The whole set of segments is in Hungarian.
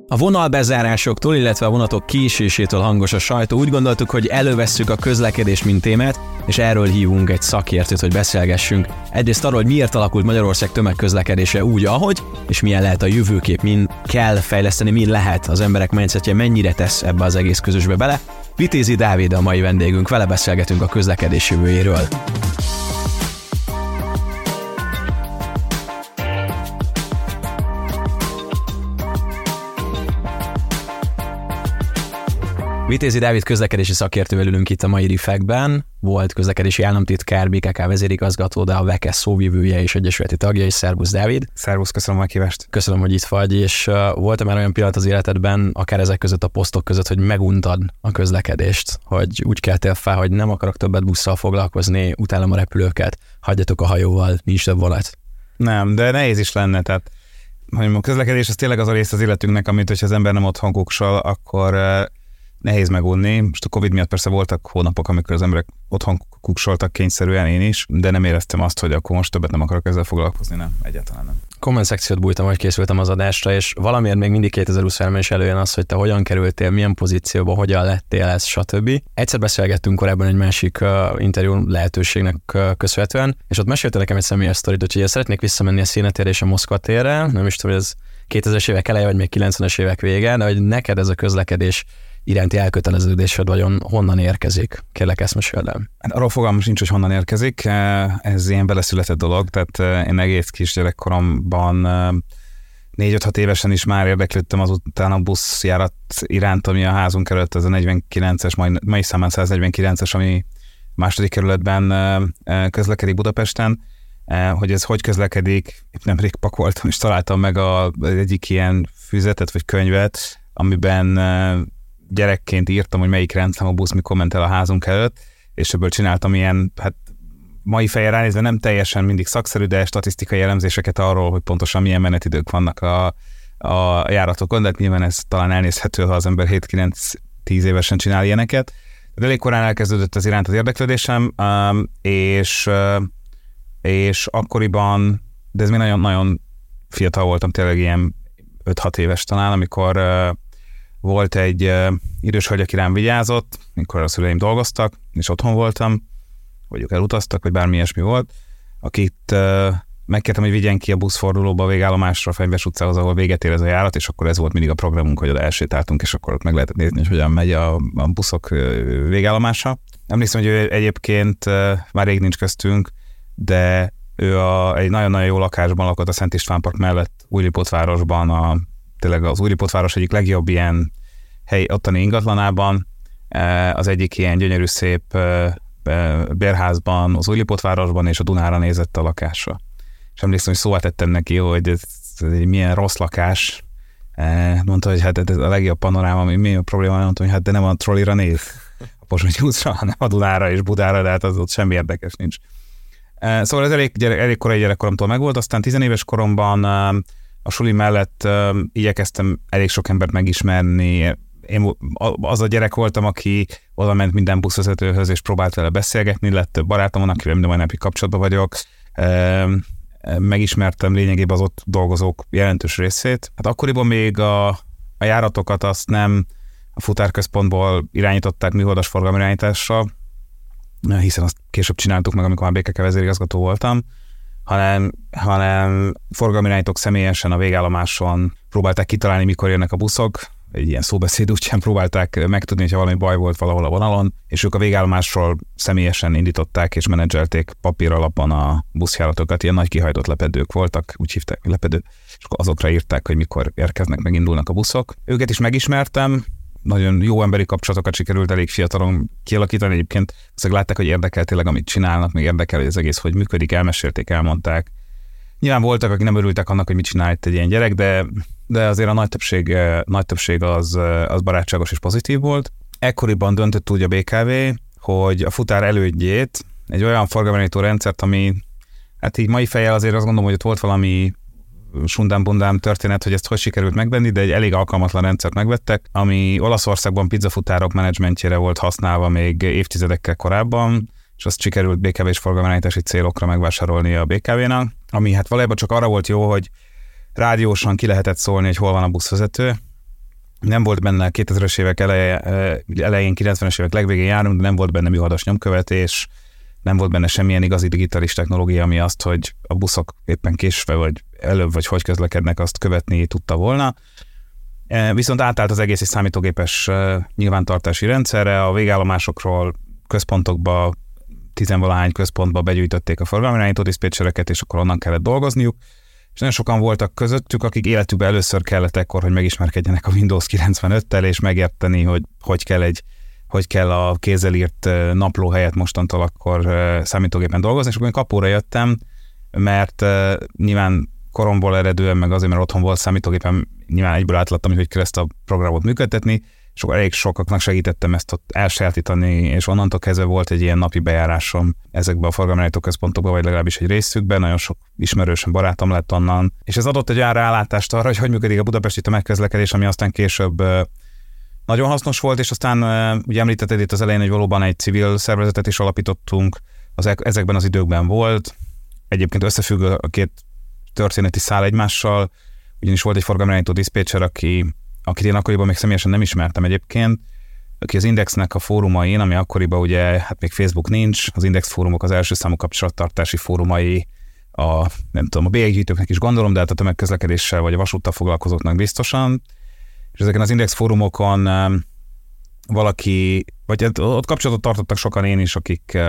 A vonalbezárásoktól, illetve a vonatok késésétől hangos a sajtó. Úgy gondoltuk, hogy elővesszük a közlekedést, mint témát, és erről hívunk egy szakértőt, hogy beszélgessünk. Egyrészt arról, hogy miért alakult Magyarország tömegközlekedése úgy, ahogy, és milyen lehet a jövőkép, min kell fejleszteni, mi lehet az emberek mindsetje, mennyire tesz ebbe az egész közösbe bele. Vitézi Dávid a mai vendégünk, vele beszélgetünk a közlekedés jövőjéről. Vitézi Dávid közlekedési szakértővel ülünk itt a mai Refekben, volt közlekedési államtitkár, BKK vezérigazgató, de a VEKE szóvivője és egyesületi tagja is. Szervusz, Dávid! Szervusz, köszönöm a meghívást! Köszönöm, hogy itt vagy, és volt-e már olyan pillanat az életedben, akár ezek között a posztok között, hogy meguntad a közlekedést, hogy úgy keltél fel, hogy nem akarok többet busszal foglalkozni, utálom a repülőket, hagyjatok a hajóval, nincs több vonat? Nem, de nehéz is lenne, tehát hogy a közlekedés az tényleg az a rész az életünknek, amit hogyha az ember nem otthon kuksol, akkor nehéz megunni. Most a Covid miatt persze voltak hónapok, amikor az emberek otthon kuksoltak kényszerűen, én is, de nem éreztem azt, hogy akkor most többet nem akarok ezzel foglalkozni, nem, egyáltalán nem. Komment szekciót bújtam, hogy készültem az adásra, és valamiért még mindig 2023-ban is előjön az, hogy te hogyan kerültél, milyen pozícióba, hogyan lettél ez, stb. Egyszer beszélgettünk korábban egy másik interjú lehetőségnek köszönhetően, és ott meséltél nekem egy személyes sztorit, úgyhogy szeretnék visszamenni a Színetérre és a Moszkva térre, nem is tudom, hogy ez 2000-es évek eleje, vagy még 90-es évek vége, de hogy neked ez a közlekedés iránti elköteleződésed vagyon honnan érkezik? Kérlek, ezt meséld el. Arról fogalmam sincs, hogy honnan érkezik. Ez ilyen beleszületett dolog, tehát én egész kis gyerekkoromban 4-5-6 évesen is már érdeklődtem azután a buszjárat iránt, ami a házunk előtt, ez a 49-es, mai számán 149-es, ami második kerületben közlekedik Budapesten, hogy ez hogy közlekedik. Itt nemrég pakoltam, és találtam meg egyik ilyen füzetet vagy könyvet, amiben gyerekként írtam, hogy melyik rendszám a busz, mikor ment el a házunk előtt, és ebből csináltam ilyen, hát mai fejjel ránézve nem teljesen mindig szakszerű, de statisztikai elemzéseket arról, hogy pontosan milyen menetidők vannak a járatokon, de hát nyilván ez talán elnézhető, ha az ember 7-9-10 évesen csinál ilyeneket. De elég korán elkezdődött az iránt az érdeklődésem, és akkoriban, de ez még nagyon-nagyon fiatal voltam, tényleg ilyen 5-6 éves talán, amikor volt egy idős hölgy, aki rám vigyázott, mikor a szüleim dolgoztak, és otthon voltam, vagy ők elutaztak, vagy bármi ilyesmi volt, akit megkértem, hogy vigyen ki a buszfordulóba a végállomásra, a Fenyves utcához, ahol véget ér ez a járat, és akkor ez volt mindig a programunk, hogy oda elsétáltunk, és akkor ott meg lehetett nézni, hogy hogyan megy a buszok végállomása. Emlékszem, hogy ő egyébként már rég nincs köztünk, de ő egy nagyon-nagyon jó lakásban lakott a Szent István Park mellett Újlipótvárosban, tényleg az Újlipótváros egyik legjobb ilyen hely ottani ingatlanában, az egyik ilyen gyönyörű szép bérházban, az Újlipótvárosban, és a Dunára nézett a lakásra. És emlékszem, hogy szóval tettem neki, hogy ez egy milyen rossz lakás. Mondta, hogy hát ez a legjobb panoráma, mi a probléma, mondtam, hogy hát de nem a trollira néz a Pozsonyi útra, hanem a Dunára és Budára, de hát az ott semmi érdekes nincs. Szóval ez elég korai gyerekkoromtól megvolt, aztán 10 éves koromban a suli mellett igyekeztem elég sok embert megismerni. Én az a gyerek voltam, aki oda ment minden buszvezetőhöz, és próbált vele beszélgetni, lett több barátomon, akivel minden mai napig kapcsolatban vagyok. Megismertem lényegében az ott dolgozók jelentős részét. Hát akkoriban még a járatokat azt nem a futárközpontból irányították műholdas forgalmirányításra, hiszen azt később csináltuk meg, amikor már BKK vezérigazgató voltam, hanem forgalmirányítók személyesen a végállomáson próbálták kitalálni, mikor jönnek a buszok, egy ilyen szóbeszéd útján próbálták megtudni, hogyha valami baj volt valahol a vonalon, és ők a végállomásról személyesen indították és menedzselték papír alapon a buszjáratokat, ilyen nagy kihajtott lepedők voltak, úgy hívták, hogy lepedő, és azokra írták, hogy mikor érkeznek, megindulnak a buszok. Őket is megismertem, nagyon jó emberi kapcsolatokat sikerült elég fiatalon kialakítani, egyébként azok látták, hogy érdekel tényleg, amit csinálnak, még érdekel, hogy az egész hogy működik, elmesélték, elmondták. Nyilván voltak, akik nem örültek annak, hogy mit csinál itt egy ilyen gyerek, de azért a nagy többség az barátságos és pozitív volt. Ekkoriban döntött úgy a BKV, hogy a futár elődjét, egy olyan forgalmirányító rendszert, ami hát így mai fejjel azért azt gondolom, hogy ott volt valami sundám-bundám történet, hogy ezt hogy sikerült megvenni, de egy elég alkalmatlan rendszert megvettek, ami Olaszországban pizzafutárok menedzsmentjére volt használva még évtizedekkel korábban, és azt sikerült BKV és forgalmirányítási célokra megvásárolni a BKV-nak, ami hát valójában csak arra volt jó, hogy rádiósan ki lehetett szólni, hogy hol van a buszvezető, Nem volt benne 2000-es évek elején, 90-es évek legvégén járunk, de nem volt benne műholdas nyomkövetés, nem volt benne semmilyen igazi digitális technológia, ami azt, hogy a buszok éppen késve, vagy előbb, vagy hogy közlekednek, azt követni tudta volna. Viszont átállt az egész egy számítógépes nyilvántartási rendszerre, a végállomásokról központokba, 10-valahány központba begyűjtötték a forgalmirányító diszpécsereket, és akkor onnan kellett dolgozniuk. És nagyon sokan voltak közöttük, akik életükben először kellett ekkor, hogy megismerkedjenek a Windows 95-tel, és megérteni, hogy kell a kézzel írt napló helyett mostantól akkor számítógépen dolgozni. És akkor én kapóra jöttem, mert nyilván koromból eredően, meg azért, mert otthon volt számítógépen, nyilván egyből átláttam, hogy kell ezt a programot működtetni, és akkor elég sokaknak segítettem ezt ott elsajátítani, és onnantól kezdve volt egy ilyen napi bejárásom ezekbe a forgalmirányító központokba, vagy legalábbis egy részükben, nagyon sok ismerősöm, barátom lett onnan, és ez adott egy olyan rálátást arra, hogy működik a budapesti tömegközlekedés, ami aztán később nagyon hasznos volt, és aztán ugye említetted itt az elején, hogy valóban egy civil szervezetet is alapítottunk, ezekben az időkben volt, egyébként összefügg a két történeti szál egymással, ugyanis volt egy forgalmirányító diszpécser, akit én akkoriban még személyesen nem ismertem egyébként, aki az Indexnek a fórumain, ami akkoriban ugye, hát még Facebook nincs, az Index fórumok az első számú kapcsolattartási fórumai, nem tudom, a bélyeggyűjtőknek is gondolom, de hát a tömegközlekedéssel vagy a vasúttal foglalkozóknak biztosan, és ezeken az Index fórumokon valaki, vagy ott kapcsolatot tartottak sokan, én is,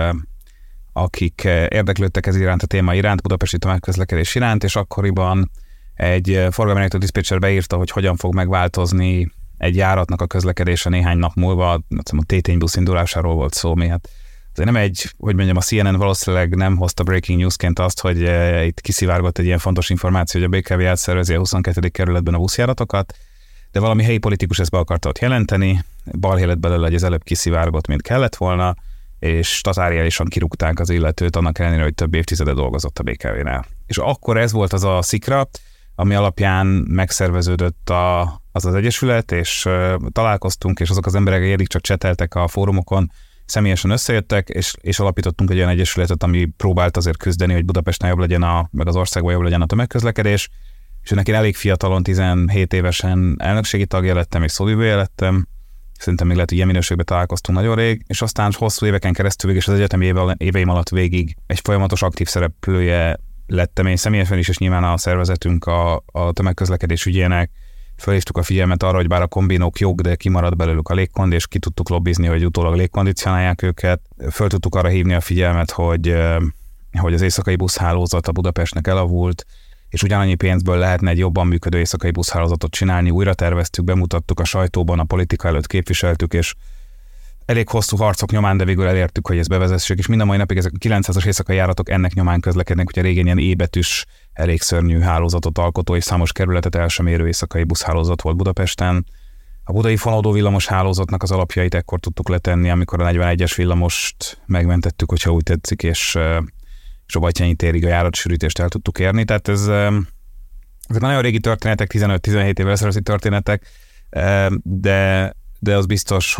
akik érdeklődtek ez iránt, a téma iránt, budapesti tömegközlekedés iránt, és akkoriban egy forgalmirányító diszpécser beírta, hogy hogyan fog megváltozni egy járatnak a közlekedése néhány nap múlva, a Tétény busz indulásáról volt szó, mi hát azért nem a CNN valószínűleg nem hozta breaking newsként azt, hogy itt kiszivárgott egy ilyen fontos információ, hogy a BKV átszervezi a 22. kerületben a buszjáratokat, de valami helyi politikus ezt be akarta ott jelenteni, balhé lett belőle, hogy ez előbb kiszivárgott, mint kellett volna, és tatáriálisan kirúgták az illetőt, annak ellenére, hogy több évtizede dolgozott a BKV-nál. És akkor ez volt az a szikra, ami alapján megszerveződött az egyesület, és találkoztunk, és azok az emberek eddig csak cseteltek a fórumokon, személyesen összejöttek, és alapítottunk egy olyan egyesületet, ami próbált azért küzdeni, hogy Budapesten jobb legyen, meg az országban jobb legyen a tömegközlekedés, és ennek én elég fiatalon, 17 évesen elnökségi tagja lettem, és szóvivője lettem, szerintem még lehet, hogy ilyen minőségben találkoztunk nagyon rég, és aztán hosszú éveken keresztül végig, és az egyetemi éveim alatt végig egy folyamatos aktív szereplője lettem én személyesen is, és nyilván a szervezetünk a tömegközlekedés ügyének. Felhívtuk a figyelmet arra, hogy bár a kombinók jók, de kimarad belőlük a légkond, és ki tudtuk lobbizni, hogy utólag légkondicionálják őket. Föl tudtuk arra hívni a figyelmet, hogy az éjszakai buszhálózat a Budapestnek elavult, és ugyanannyi pénzből lehetne egy jobban működő éjszakai buszhálózatot csinálni. Újra terveztük, bemutattuk a sajtóban, a politika előtt képviseltük, és elég hosszú harcok nyomán, de végül elértük, hogy ezt bevezessük, és mind a mai napig ezek a 900-as éjszakai járatok ennek nyomán közlekednek, ugye régen ilyen ébetűs, elég szörnyű hálózatot alkotó és számos kerületet el sem érő éjszakai buszhálózat volt Budapesten. A budai fonódó villamos hálózatnak az alapjait ekkor tudtuk letenni, amikor a 41-es villamost megmentettük, hogyha úgy tetszik, és a Batthyányi térig a járatsűrítést el tudtuk érni. Tehát ezek nagyon régi történetek, 15-17 évvel ezelőtti történetek, de az biztos,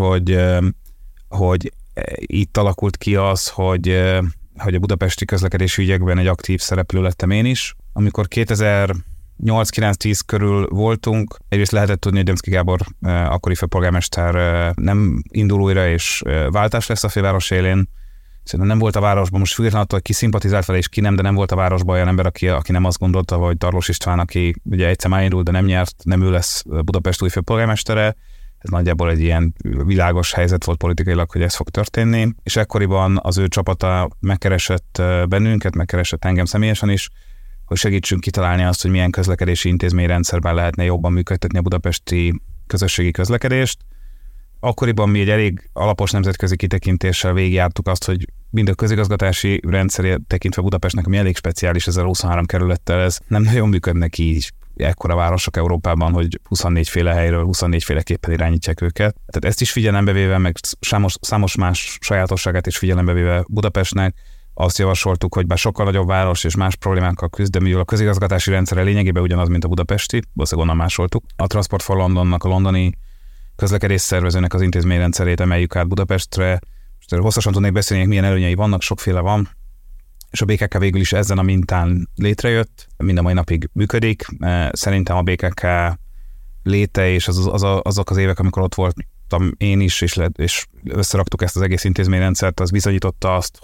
hogy itt alakult ki az, hogy a budapesti közlekedési ügyekben egy aktív szereplő lettem én is. Amikor 2008-9-10 körül voltunk, egyrészt lehetett tudni, hogy Demszky Gábor, akkori főpolgármester nem indul újra, és váltás lesz a főváros élén. Szerintem nem volt a városban, most függetlenül attól, hogy ki szimpatizált vele és ki nem, de nem volt a városban olyan ember, aki nem azt gondolta, hogy Tarlós István, aki ugye egyszer már indult, de nem nyert, nem ő lesz Budapest új főpolgármestere. Ez nagyjából egy ilyen világos helyzet volt politikailag, hogy ez fog történni, és ekkoriban az ő csapata megkeresett bennünket, megkeresett engem személyesen is, hogy segítsünk kitalálni azt, hogy milyen közlekedési intézményrendszerben lehetne jobban működtetni a budapesti közösségi közlekedést. Akkoriban mi egy elég alapos nemzetközi kitekintéssel végigjártuk azt, hogy mind a közigazgatási rendszerét tekintve Budapestnek, ami elég speciális, ezzel 23 kerülettel, ez nem nagyon működnek így ekkora városok Európában, hogy 24 féle helyről 24 féleképpen irányítják őket. Tehát ezt is figyelembe véve, meg számos más sajátosságát is figyelembe véve Budapestnek, azt javasoltuk, hogy bár sokkal nagyobb város és más problémákkal küzd, de mivel a közigazgatási rendszere lényegében ugyanaz, mint a budapesti, valószínűleg onnan másoltuk. A Transport for Londonnak, a londoni közlekedés szervezőnek az intézményrendszerét emeljük át Budapestre. Hosszasan tudnék beszélni, milyen előnyei vannak, sokféle van, és a BKK végül is ezen a mintán létrejött, mind a mai napig működik. Szerintem a BKK léte, és azok az évek, amikor ott voltam én is, és összeraktuk ezt az egész intézményrendszert, az bizonyította azt,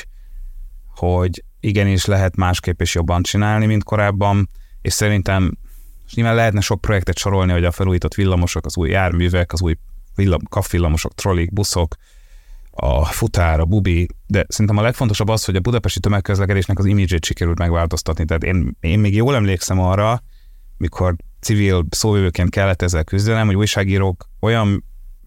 hogy igenis lehet másképp és jobban csinálni, mint korábban, és szerintem nyilván lehetne sok projektet sorolni, hogy a felújított villamosok, az új járművek, az új kappvillamosok, trollik, buszok, a futár, a bubi, de szerintem a legfontosabb az, hogy a budapesti tömegközlekedésnek az imidzsét sikerült megváltoztatni. Tehát én még jól emlékszem arra, mikor civil szóvivőként kellett ezzel küzdenem, hogy újságírók olyan,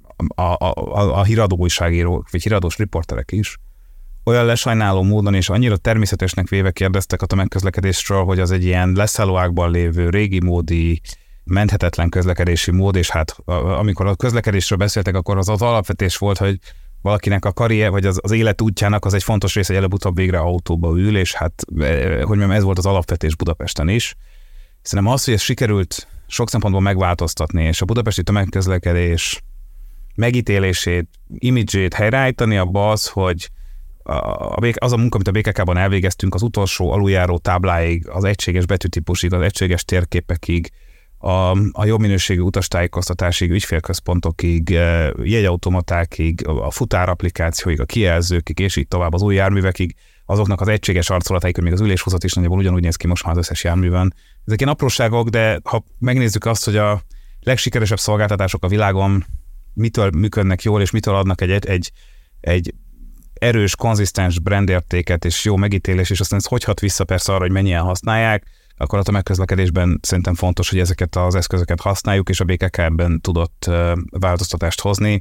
a híradó újságírók, vagy híradós riporterek is, olyan lesajnáló módon és annyira természetesnek véve kérdeztek a tömegközlekedésről, hogy az egy ilyen leszállóákban lévő régi módi, menthetetlen közlekedési mód, és hát amikor a közlekedésről beszéltek, akkor az alapvetés volt, hogy valakinek a karrier, vagy az élet útjának az egy fontos része, hogy előbb-utóbb végre autóba ül, és hát, hogy mondjam, ez volt az alapvetés Budapesten is. Szerintem az, hogy ez sikerült sok szempontból megváltoztatni, és a budapesti tömegközlekedés megítélését, imidzsét helyreállítani, abba az, hogy az a munka, amit a BKK-ban elvégeztünk, az utolsó aluljáró tábláig, az egységes betűtípusig, az egységes térképekig, a jobb minőségű utastájékoztatásig, ügyfélközpontokig, jegyautomatákig, a futárapplikációig, a kijelzőkig, és így tovább az új járművekig, azoknak az egységes arcolatáig, hogy még az üléshozat is nagyjából ugyanúgy néz ki most már az összes járművön. Ezek ilyen apróságok, de ha megnézzük azt, hogy a legsikeresebb szolgáltatások a világon mitől működnek jól, és mitől adnak egy erős, konzisztens brandértéket és jó megítélés, és aztán ez hogy hat vissza persze arra, hogy mennyien használják, akkor a tömegközlekedésben szerintem fontos, hogy ezeket az eszközöket használjuk, és a BKK ebben tudott változtatást hozni.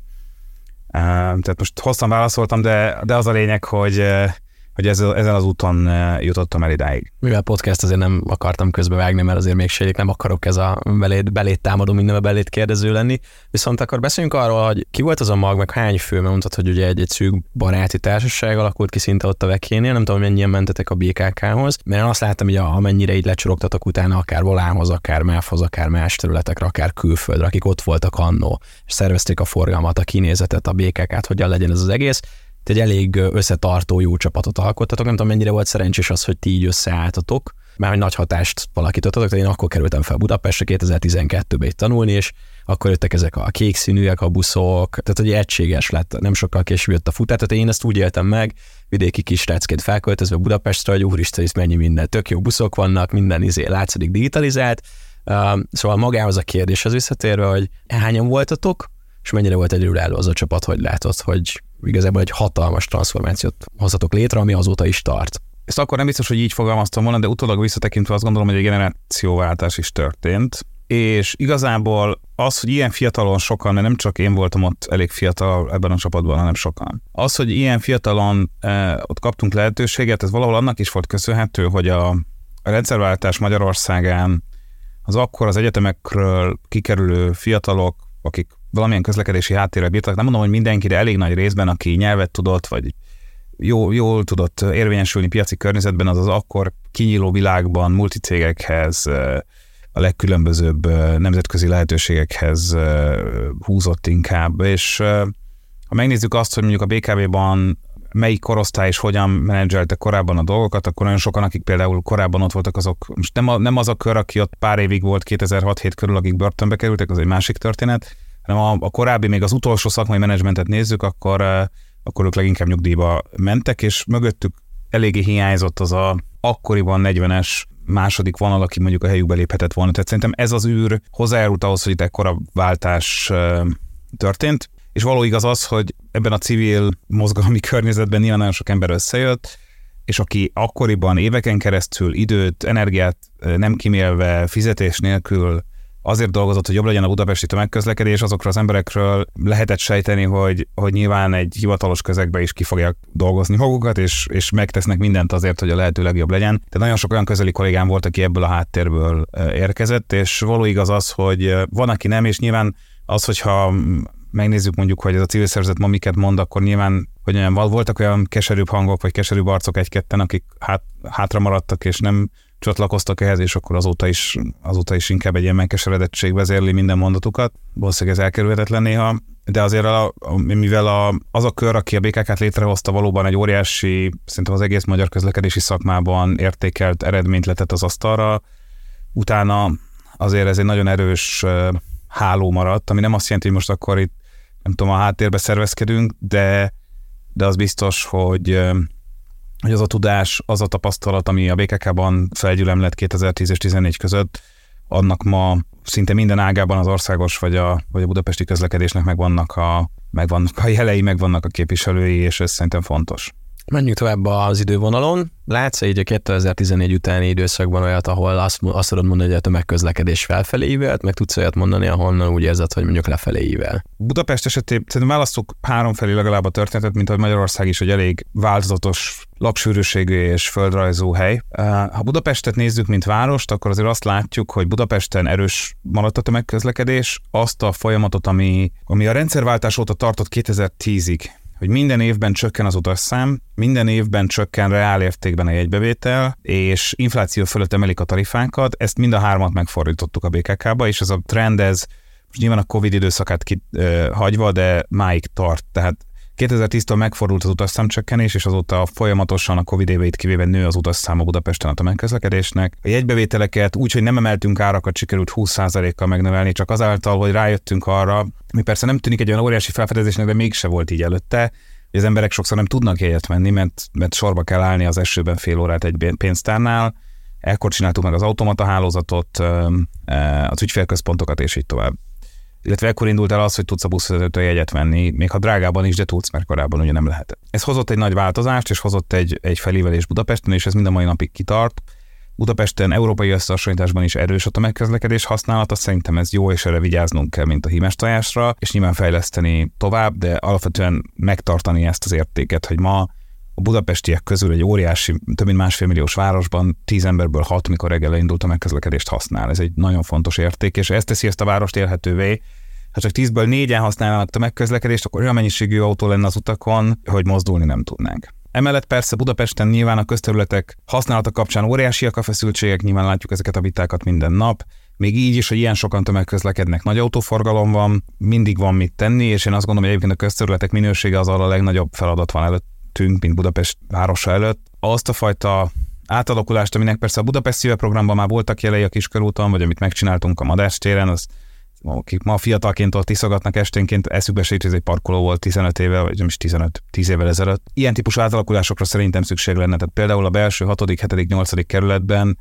Tehát most hosszan válaszoltam, de az a lényeg, hogy ezen az úton jutottam el idáig. Mivel podcast, azért nem akartam közbevágni, mert azért még sejlik, nem akarok ez a belét támadó, mindenbe belét kérdező lenni. Viszont akkor beszéljünk arról, hogy ki volt az a mag, meg hány fő, mert mondtad, hogy ugye egy szűk baráti társaság alakult ki szinte ott a Vekénél, nem tudom, mennyien mentetek a BKK-hoz, mert én azt láttam, hogy amennyire így lecsorogtatok utána, akár Volánhoz, akár MEF-hoz, akár más területekre, akár külföldre, akik ott voltak annó, és szervezték a forgalmat, a kinézetet, a BKK-t, hogyan legyen ez az egész. Egy elég összetartó jó csapatot alkottatok, nem tudom, mennyire volt szerencsés az, hogy ti így összeálltatok, mert hogy nagy hatást alakítottatok, tehát én akkor kerültem fel Budapestre 2012-ben itt tanulni, és akkor jöttek ezek a kék színűek, a buszok, tehát hogy egységes lett, nem sokkal később jött a futár, tehát én ezt úgy éltem meg, vidéki kis srácként felköltözve Budapestre, hogy úristen, itt mennyi minden, tök jó buszok vannak, minden látszik digitalizált, szóval magához a kérdéshez visszatérve, hogy hányan voltatok, és mennyire volt egyedülálló az a csapat, hogy látod, hogy igazából egy hatalmas transformációt hozhatok létre, ami azóta is tart. Ezt akkor nem biztos, hogy így fogalmaztam volna, de utólag visszatekintve azt gondolom, hogy egy generációváltás is történt, és igazából az, hogy ilyen fiatalon sokan, mert nem csak én voltam ott elég fiatal ebben a csapatban, hanem sokan. Az, hogy ilyen fiatalon ott kaptunk lehetőséget, ez valahol annak is volt köszönhető, hogy a rendszerváltás Magyarországán az akkor az egyetemekről kikerülő fiatalok, akik valamilyen közlekedési háttérrel bírtak, nem mondom, hogy mindenki, de elég nagy részben, aki nyelvet tudott, vagy jól tudott érvényesülni piaci környezetben, az akkor kinyíló világban multicégekhez, a legkülönbözőbb nemzetközi lehetőségekhez húzott inkább. És ha megnézzük azt, hogy mondjuk a BKV-ban melyik korosztály és hogyan menedzselte korábban a dolgokat, akkor nagyon sokan, akik például korábban ott voltak, azok most nem az a kör, aki ott pár évig volt 2006-7 körül, akik börtönbe kerültek, az egy másik történet, hanem a korábbi, még az utolsó szakmai menedzsmentet nézzük, akkor ők leginkább nyugdíjba mentek, és mögöttük eléggé hiányzott az a akkoriban 40-es második vonal, aki mondjuk a helyükbe léphetett volna. Tehát szerintem ez az űr hozzájárult ahhoz, hogy itt ekkora váltás történt, és való igaz az, hogy ebben a civil mozgalmi környezetben nyilván nagyon sok ember összejött, és aki akkoriban éveken keresztül időt, energiát nem kimélve, fizetés nélkül azért dolgozott, hogy jobb legyen a budapesti tömegközlekedés, azokról az emberekről lehetett sejteni, hogy nyilván egy hivatalos közegben is ki fogják dolgozni magukat, és megtesznek mindent azért, hogy a lehető legjobb legyen. Tehát nagyon sok olyan közeli kollégám volt, aki ebből a háttérből érkezett, és való igaz az, hogy van, aki nem, és nyilván az, hogyha megnézzük mondjuk, hogy ez a civil szervezet ma miket mond, akkor nyilván, hogy olyan, voltak olyan keserűbb hangok, vagy keserűbb arcok egy-ketten, akik hátra maradtak, és nem csatlakoztak ehhez, és akkor azóta is inkább egy ilyen megkeseredettség vezérli minden mondatukat. Valószínűleg ez elkerülhetetlen néha, de azért mivel az a kör, aki a BKK-t létrehozta, valóban egy óriási, szerintem az egész magyar közlekedési szakmában értékelt eredményt letett az asztalra, utána azért ez egy nagyon erős háló maradt, ami nem azt jelenti, hogy most akkor itt nem tudom, a háttérbe szervezkedünk, de az biztos, hogy az a tudás, az a tapasztalat, ami a BKK-ban felgyülemlett 2010 és 2014 között, annak ma szinte minden ágában az országos vagy a budapesti közlekedésnek megvannak a jelei, megvannak a képviselői, és ez szerintem fontos. Menjünk tovább az idővonalon. Látsz így a 2014 utáni időszakban olyat, ahol azt tudod mondani, hogy a tömegközlekedés felfelé ívelt, meg tudsz olyat mondani, ahonnan úgy érzed, hogy mondjuk lefelé ível? Budapest esetében szerintem választok háromfelé legalább a történetet, mint ahogy Magyarország is egy elég változatos laksűrűségű és földrajzú hely. Ha Budapestet nézzük, mint várost, akkor azért azt látjuk, hogy Budapesten erős maradt a tömegközlekedés, azt a folyamatot, ami a rendszerváltás óta tartott 2010-ig, hogy minden évben csökken az utasszám, minden évben csökken reál értékben a jegybevétel, és infláció fölött emelik a tarifánkat, ezt mind a hármat megfordítottuk a BKK-ba, és ez a trend, ez most nyilván a Covid időszakát hagyva, de máig tart. Tehát 2010-től megfordult az utasszámcsökkenés, és azóta folyamatosan a Covid éveit kivéve nő az utasszáma Budapesten a tömegközlekedésnek. A jegybevételeket úgy, hogy nem emeltünk árakat, sikerült 20%-kal megnövelni, csak azáltal, hogy rájöttünk arra, mi persze nem tűnik egy olyan óriási felfedezésnek, de mégse volt így előtte, hogy az emberek sokszor nem tudnak jegyet venni, mert sorba kell állni az esőben fél órát egy pénztárnál. Ekkor csináltuk meg az automata hálózatot, az ügyfélközpontokat, és így tovább. Illetve ekkor indult el az, hogy tudsz a buszvezetőtől jegyet venni, még ha drágában is, de tudsz, mert korábban ugye nem lehetett. Ez hozott egy nagy változást, és hozott egy felívelés Budapesten, és ez mind a mai napig kitart. Budapesten európai összehasonlításban is erős a tömegközlekedés használata, szerintem ez jó, és erre vigyáznunk kell, mint a hímes tojásra, és nyilván fejleszteni tovább, de alapvetően megtartani ezt az értéket, hogy ma a budapestiek közül egy óriási, több mint 1,5 milliós városban 10 emberből 6, mikor reggel indult a megközlekedést használ. Ez egy nagyon fontos érték, és ez teszi ezt a várost élhetővé. Ha csak 10-ből 4-en használnának a megközlekedést, akkor olyan mennyiségű autó lenne az utakon, hogy mozdulni nem tudnánk. Emellett persze Budapesten nyilván a közterületek használata kapcsán óriásiak a feszültségek, nyilván látjuk ezeket a vitákat minden nap. Még így is, hogy ilyen sokan tömegközlekednek, nagy autóforgalom van, mindig van mit tenni, és én azt gondolom, hogy egyébként a közterületek minősége az a legnagyobb feladat van előttünk, mint Budapest városa előtt. Azt a fajta átalakulást, aminek persze a Budapest Szíve programban már voltak jelei a Kiskörúton, vagy amit megcsináltunk a Madách téren, az akik ma fiatalként ott iszogatnak esténként, eszükbe se ez egy parkoló volt 15 éve, vagy nem is 10 évvel ezelőtt. Ilyen típusú átalakulásokra szerintem szükség lenne. Tehát például a belső 6., 7., 8. kerületben,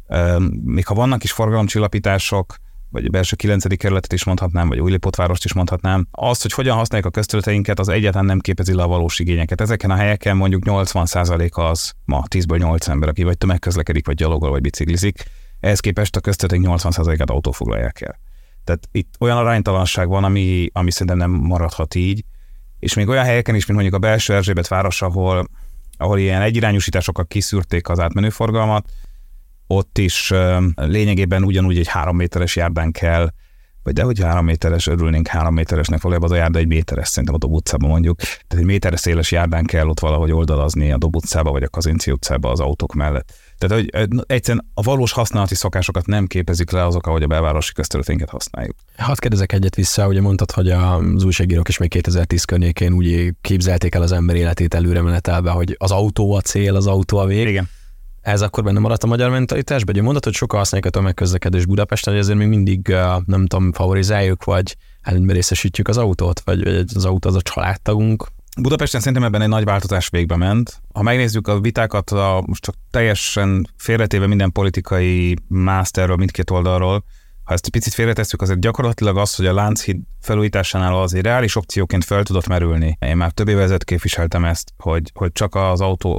még ha vannak is forgalomcsillapítások, vagy a belső 9. kerületet is mondhatnám, vagy Újlipótvárost is mondhatnám, az, hogy hogyan használjuk a közterületeinket, az egyáltalán nem képezi le a valós igényeket. Ezeken a helyeken mondjuk 80% az ma 10-ből 8 ember, aki vagy tömegközlekedik, vagy gyalogol, vagy biciklizik. Ehhez képest a közterületek 80%-át autó foglalják el. Tehát itt olyan aránytalanság van, ami szerintem nem maradhat így, és még olyan helyeken is, mint mondjuk a belső Erzsébet város, ahol ilyen egyirányúsításokkal kiszűrték az átmenőforgalmat, ott is lényegében ugyanúgy egy 3 méteres járdán kell, vagy dehogy 3 méteres, örülnénk 3 méteresnek, valójában az a járda egy méteres, szerintem a Dob utcában mondjuk, tehát egy méteres széles járdán kell ott valahogy oldalazni a Dob utcába, vagy a Kazinczy utcába az autók mellett. Tehát, hogy egyszerűen a valós használati szokásokat nem képezik le azok, ahogy a belvárosi közterületénket használjuk. Hadd kérdezek egyet vissza, ugye mondtad, hogy az újságírók is még 2010 környékén úgy képzelték el az ember életét előre menetelve, hogy az autó a cél, az autó a vég. Igen. Ez akkor benne maradt a magyar mentalitásban? Ugye mondtad, hogy sokan használják a tömegközlekedés Budapesten, hogy azért még mindig, nem tudom, favorizáljuk, vagy előnyben részesítjük az autót, vagy az autó az a családtagunk. Budapesten szerintem ebben egy nagy változás végbe ment. Ha megnézzük a vitákat, most csak teljesen félretéve minden politikai mászterről, mindkét oldalról, ha ezt egy picit félretesszük, azért gyakorlatilag az, hogy a Lánchíd felújításánál az egy reális opcióként fel tudott merülni. Én már több évvel ezelőtt képviseltem ezt, hogy csak az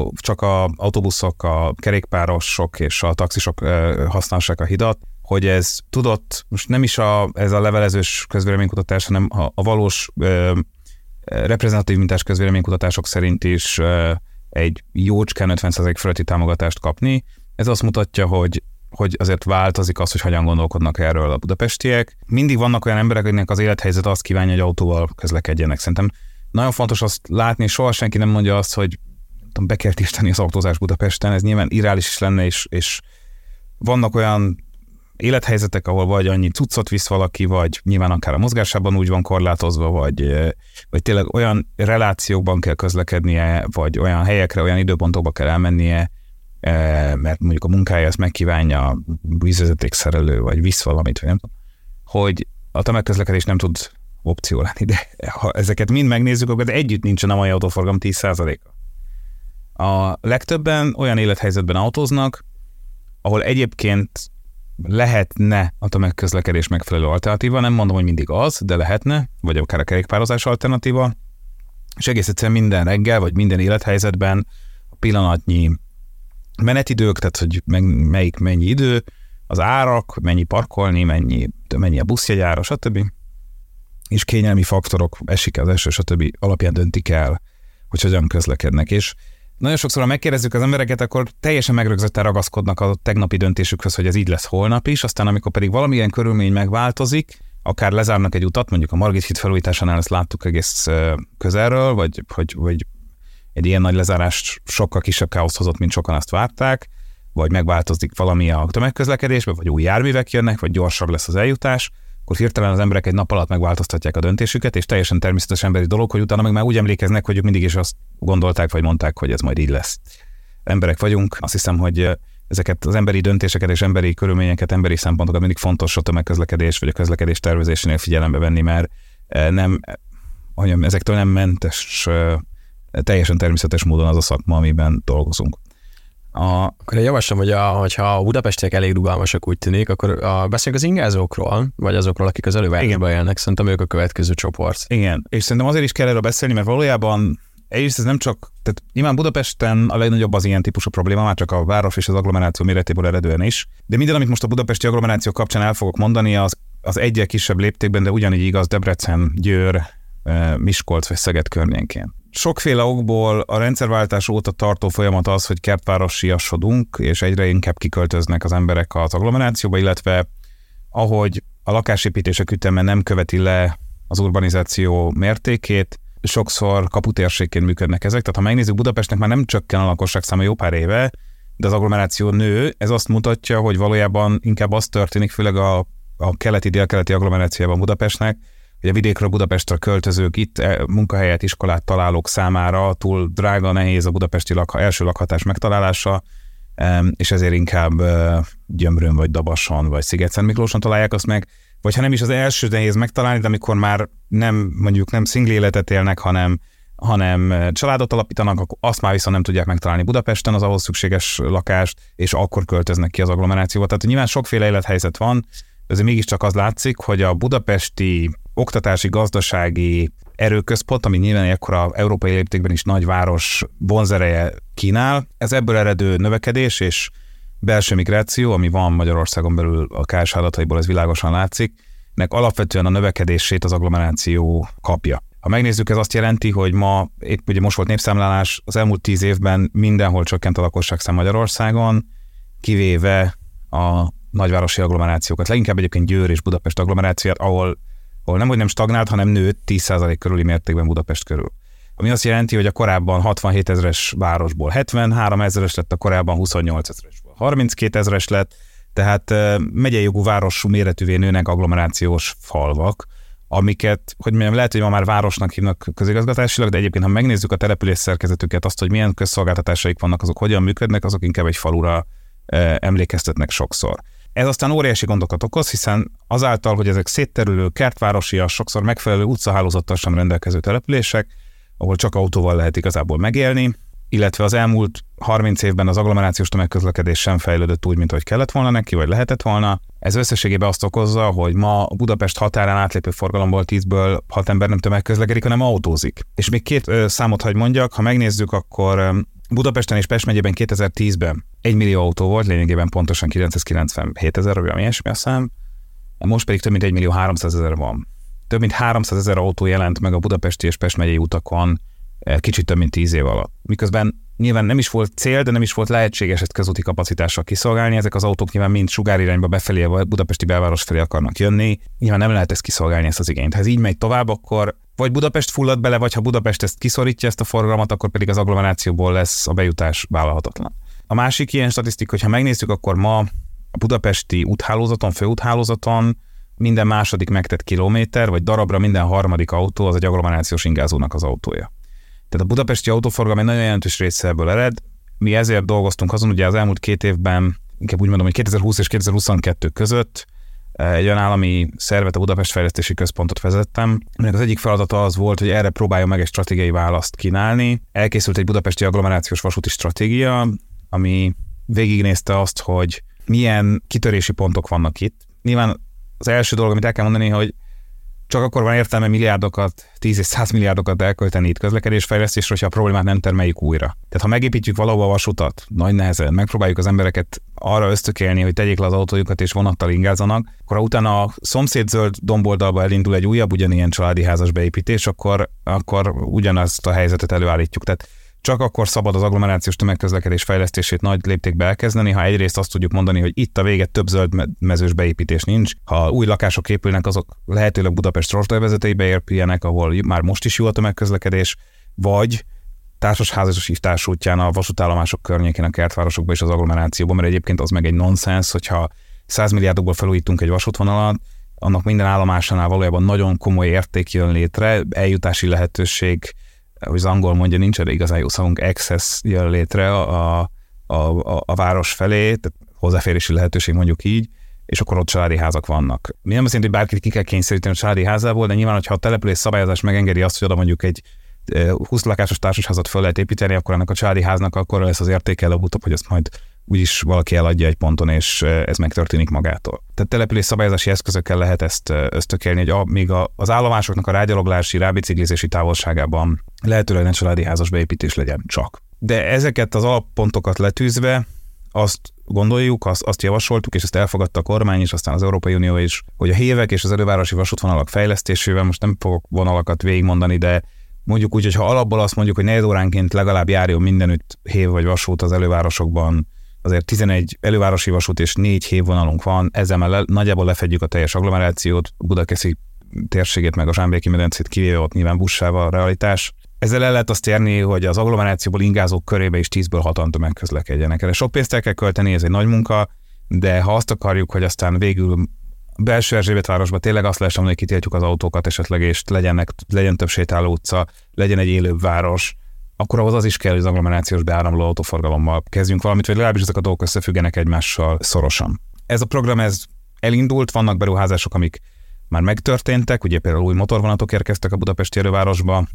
autóbuszok, a kerékpárosok és a taxisok használják a hidat, hogy ez tudott, most nem is ez a levelezős közvéleménykutatás, hanem a valós reprezentatív mintás közvéleménykutatások szerint is egy jócskán 50% fölötti támogatást kapni. Ez azt mutatja, hogy azért változik az, hogy hogyan gondolkodnak erről a budapestiek. Mindig vannak olyan emberek, akiknek az élethelyzet azt kívánja, hogy autóval közlekedjenek. Szerintem nagyon fontos azt látni, soha senki nem mondja azt, hogy be kell tiltani az autózás Budapesten, ez nyilván irreális is lenne, és vannak olyan élethelyzetek, ahol vagy annyi cuccot visz valaki, vagy nyilván akár a mozgásában úgy van korlátozva, vagy tényleg olyan relációkban kell közlekednie, vagy olyan helyekre, olyan időpontokba kell elmennie, mert mondjuk a munkája ezt megkívánja, vízvezetékszerelő, vagy visz valamit, vagy nem tudom, a tömegközlekedés nem tud opció lenni, de ha ezeket mind megnézzük, akkor együtt nincsen a mai autóforgalom 10%-a. A legtöbben olyan élethelyzetben autóznak, ahol egyébként lehetne a tömegközlekedés megfelelő alternatíva, nem mondom, hogy mindig az, de lehetne, vagy akár a kerékpározás alternatíva, és egész egyszerűen minden reggel, vagy minden élethelyzetben a pillanatnyi menetidők, tehát hogy melyik mennyi idő, az árak, mennyi parkolni, mennyi a buszjegyára, stb. És kényelmi faktorok, esik az eső, stb. Alapján döntik el, hogy hogyan közlekednek. És nagyon sokszor, ha megkérdezzük az embereket, akkor teljesen megrögzötten ragaszkodnak a tegnapi döntésükhöz, hogy ez így lesz holnap is, aztán amikor pedig valamilyen körülmény megváltozik, akár lezárnak egy utat, mondjuk a Margit híd felújításánál ezt láttuk egész közelről, vagy egy ilyen nagy lezárás sokkal kisebb káoszt hozott, mint sokan azt várták, vagy megváltozik valami a tömegközlekedésben, vagy új járművek jönnek, vagy gyorsabb lesz az eljutás, akkor hirtelen az emberek egy nap alatt megváltoztatják a döntésüket, és teljesen természetes emberi dolog, hogy utána meg már úgy emlékeznek, hogy ők mindig is azt gondolták, vagy mondták, hogy ez majd így lesz. Emberek vagyunk, azt hiszem, hogy ezeket az emberi döntéseket és emberi körülményeket, emberi szempontokat mindig fontos a tömegközlekedés vagy a közlekedés tervezésénél figyelembe venni, mert ezektől nem mentes, teljesen természetes módon az a szakma, amiben dolgozunk. Akkor én javaslom, hogyha a budapestiek elég rugalmasak úgy tűnik, akkor beszéljünk az ingázókról, vagy azokról, akik az elővárosban élnek, szerintem ők a következő csoport. Igen, és szerintem azért is kell erről beszélni, mert valójában egyrészt ez nem csak, tehát nyilván Budapesten a legnagyobb az ilyen típusú probléma, már csak a város és az agglomeráció méretéből eredően is, de minden, amit most a budapesti agglomeráció kapcsán el fogok mondani, az egyel kisebb léptékben, de ugyanígy igaz Debrecen, Győr, Miskolc vagy Szeged környékén. Sokféle okból a rendszerváltás óta tartó folyamat az, hogy kertvárosiasodunk, és egyre inkább kiköltöznek az emberek az agglomerációba, illetve ahogy a lakásépítések üteme nem követi le az urbanizáció mértékét, sokszor kaputérségként működnek ezek. Tehát ha megnézzük, Budapestnek már nem csökken a lakosság száma jó pár éve, de az agglomeráció nő. Ez azt mutatja, hogy valójában inkább az történik, főleg a keleti-délkeleti agglomerációban Budapestnek, hogy a vidékről Budapestre költözők, itt munkahelyet, iskolát találók számára túl drága, nehéz a budapesti első lakhatás megtalálása, és ezért inkább Gyömrön, vagy Dabason, vagy Sziget-Szentmiklóson találják azt meg, vagy ha nem is az első nehéz megtalálni, de amikor már nem single életet élnek, hanem családot alapítanak, akkor azt már viszont nem tudják megtalálni Budapesten az ahhoz szükséges lakást, és akkor költöznek ki az agglomerációba. Tehát nyilván sokféle élethelyzet van, de azért mégiscsak az látszik, hogy a budapesti oktatási, gazdasági erőközpont, ami nyilván ekkora európai léptékben is nagyváros vonzereje kínál, ez ebből eredő növekedés és belső migráció, ami van Magyarországon belül a KSH adataiból, ez világosan látszik, nek alapvetően a növekedését az agglomeráció kapja. Ha megnézzük, ez azt jelenti, hogy ma, épp ugye most volt népszámlálás, az elmúlt 10 évben mindenhol csökkent a lakosságszám Magyarországon, kivéve a nagyvárosi agglomerációkat. Leginkább egyébként Győr és Budapest agglomerációt, ahol nem stagnált, hanem nőtt 10% körüli mértékben Budapest körül. Ami azt jelenti, hogy a korábban 67 000-es városból 73 000-es lett, a korábban 28 000-esből 32 000-es lett, tehát megyei jogú városú méretűvé nőnek agglomerációs falvak, amiket, hogy mondjam, lehet, hogy ma már városnak hívnak közigazgatásilag, de egyébként, ha megnézzük a település szerkezetüket, azt, hogy milyen közszolgáltatásiak vannak, azok hogyan működnek, azok inkább egy falura emlékeztetnek sokszor. Ez aztán óriási gondokat okoz, hiszen azáltal, hogy ezek szétterülő, kertvárosias, sokszor megfelelő utcahálózattal sem rendelkező települések, ahol csak autóval lehet igazából megélni, illetve az elmúlt 30 évben az agglomerációs tömegközlekedés sem fejlődött úgy, mint ahogy kellett volna neki, vagy lehetett volna. Ez összességében azt okozza, hogy ma Budapest határán átlépő forgalomból 10-ből 6 ember nem tömegközlekedik, hanem autózik. És még 2 számot hagy mondjak, ha megnézzük, akkor Budapesten és Pest megyében 2010-ben 1 millió autó volt, lényegében pontosan 997 000, vagy ami ilyesmi a szám, most pedig több mint 1 millió 300 000 van. Több mint 300 000 autó jelent meg a budapesti és Pest megyei utakon kicsit több mint 10 év alatt. Miközben nyilván nem is volt cél, de nem is volt lehetséges ezt közúti kapacitással kiszolgálni. Ezek az autók nyilván mind sugárirányba befelé, a budapesti belváros felé akarnak jönni. Nyilván nem lehet ezt kiszolgálni, ezt az igényt. Ha ez így megy tovább, akkor vagy Budapest fullad bele, vagy ha Budapest ezt kiszorítja, ezt a forgalmat, akkor pedig az agglomerációból lesz a bejutás vállalhatatlan. A másik ilyen statisztika, hogyha megnézzük, akkor ma a budapesti úthálózaton, főúthálózaton minden második megtett kilométer, vagy darabra minden harmadik autó az egy agglomerációs ingázónak az autója. Tehát a budapesti autóforgalom egy nagyon jelentős része ebből ered. Mi ezért dolgoztunk azon, ugye az elmúlt 2 évben, inkább úgy mondom, hogy 2020 és 2022 között egy olyan állami szervet, a Budapest Fejlesztési Központot vezettem, aminek az egyik feladata az volt, hogy erre próbáljon meg egy stratégiai választ kínálni. Elkészült egy budapesti agglomerációs vasúti stratégia, ami végignézte azt, hogy milyen kitörési pontok vannak itt. Nyilván az első dolog, amit el kell mondani, hogy csak akkor van értelme milliárdokat, 10 és 100 milliárdokat elkölteni itt közlekedésfejlesztésre, hogyha a problémát nem termeljük újra. Tehát ha megépítjük valahol a vasutat, nagy nehezen, megpróbáljuk az embereket arra ösztökélni, hogy tegyék le az autójukat és vonattal ingázzanak, akkor utána a szomszéd zöld domboldalba elindul egy újabb ugyanilyen családi házas beépítés, akkor ugyanazt a helyzetet előállítjuk. Tehát csak akkor szabad az agglomerációs tömegközlekedés fejlesztését nagy léptékben elkezdeni, ha egyrészt azt tudjuk mondani, hogy itt a vége több zöld mezős beépítés nincs. Ha új lakások épülnek, azok lehetőleg Budapest rosdaövezeteibe épüljenek, ahol már most is jó a tömegközlekedés, vagy társasházasítás útján a vasútállomások környékén, a kertvárosokban és az agglomerációban, mert egyébként az meg egy nonsens, hogyha 100 milliárdokból felújítunk egy vasútvonalat, annak minden állomásánál valójában nagyon komoly érték jön létre, eljutási lehetőség, hogy az angol mondja, nincs erre igazán jó szavunk, access jön létre a város felé, tehát hozzáférési lehetőség mondjuk így, és akkor ott családi házak vannak. Mi nem azt jelenti, hogy bárkit ki kell kényszeríteni a családi házából, de nyilván, hogyha a település szabályozás megengedi azt, hogy oda mondjuk egy 20 lakásos társasházat föl lehet építeni, akkor annak a családi háznak akkor lesz az értéke előbb-utóbb, hogy azt majd úgyis valaki eladja egy ponton, és ez megtörténik magától. Tehát település szabályozási eszközökkel lehet ezt ösztökélni, hogy még az állomásoknak a rágyaloglási, rábiciklizési távolságában lehetőleg ne családi házas beépítés legyen csak. De ezeket az alappontokat letűzve azt gondoljuk, azt javasoltuk, és ezt elfogadta a kormány is, aztán az Európai Unió is, hogy a hévek és az elővárosi vasútvonalak fejlesztésével, most nem fogok vonalakat végigmondani, de mondjuk úgy, hogy ha alapból azt mondjuk, hogy 4 óránként legalább járjon mindenütt hév vagy vasút az elővárosokban, azért 11 elővárosi vasút és 4 hévvonalunk van, ezzel már nagyjából lefedjük a teljes agglomerációt, Budakeszi térségét meg a Zsámbéki medencét kivéve, ott nyilván buszsával a realitás. Ezzel el lehet azt érni, hogy az agglomerációból ingázók körébe is 10-ből 6-an tömegközlekedjenek. Erre sok pénzt el kell költeni, ez egy nagy munka, de ha azt akarjuk, hogy aztán végül belső Erzsébetvárosban tényleg azt lehessen, hogy kitiltjuk az autókat esetleg, és legyen több sétáló utca, legyen egy élőbb város, akkor ahhoz az is kell, hogy az agglomerációs beáramló autóforgalommal kezdjünk valamit, vagy legalábbis ezek a dolgok összefüggenek egymással szorosan. Ez a program elindult, vannak beruházások, amik már megtörténtek, ugye például új motorvonatok érkeztek a budapesti elővárosba,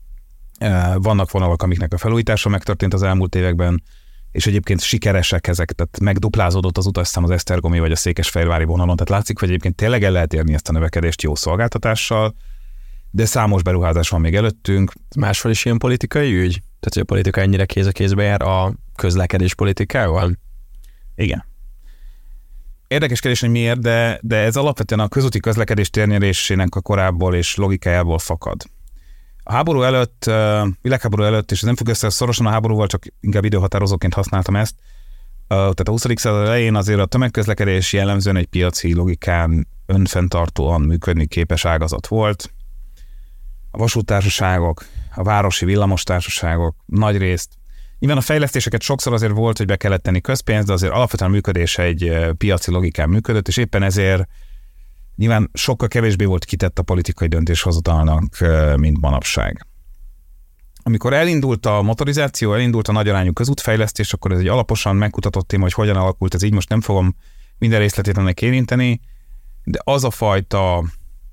vannak vonalak, amiknek a felújítása megtörtént az elmúlt években, és egyébként sikeresek ezek, tehát megduplázódott az utasszám az esztergomi vagy a székesfehérvári vonalon, tehát látszik, hogy egyébként tényleg el lehet érni ezt a növekedést jó szolgáltatással, de számos beruházás van még előttünk. Máshol is ilyen politikai ügy? Tehát, hogy a politika ennyire kéz a kézbe jár a közlekedés politikával? Igen. Érdekes kérdés, hogy miért, de ez alapvetően a közúti közlekedés térnyerésének a korábból és logikájából fakad. A háború előtt, világháború előtt, és ez nem függ össze szorosan a háborúval, csak inkább időhatározóként használtam ezt, tehát a 20. század elején azért a tömegközlekedés jellemzően egy piaci logikán önfenntartóan működni képes ágazat volt. A vasúttársaságok, a városi villamostársaságok nagyrészt. Nyilván a fejlesztéseket sokszor azért volt, hogy be kellett tenni közpénzt, de azért alapvetően a működése egy piaci logikán működött, és éppen ezért nyilván sokkal kevésbé volt kitett a politikai döntéshozatalnak, mint manapság. Amikor elindult a motorizáció, elindult a nagyarányú közútfejlesztés, akkor ez egy alaposan megkutatott téma, hogy hogyan alakult ez így, most nem fogom minden részletét ennek érinteni, de az a fajta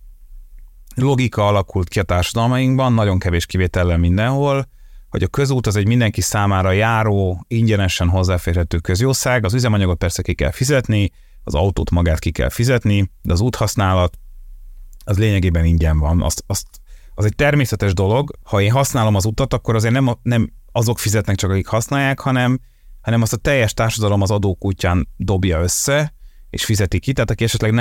logika alakult ki a társadalmainkban, nagyon kevés kivétellel mindenhol, hogy a közút az egy mindenki számára járó, ingyenesen hozzáférhető közjószág, az üzemanyagot persze ki kell fizetni, az autót magát ki kell fizetni, de az úthasználat az lényegében ingyen van. Az egy természetes dolog. Ha én használom az utat, akkor azért nem azok fizetnek csak, akik használják, hanem azt a teljes társadalom az adók útján dobja össze, és fizeti ki. Tehát aki esetleg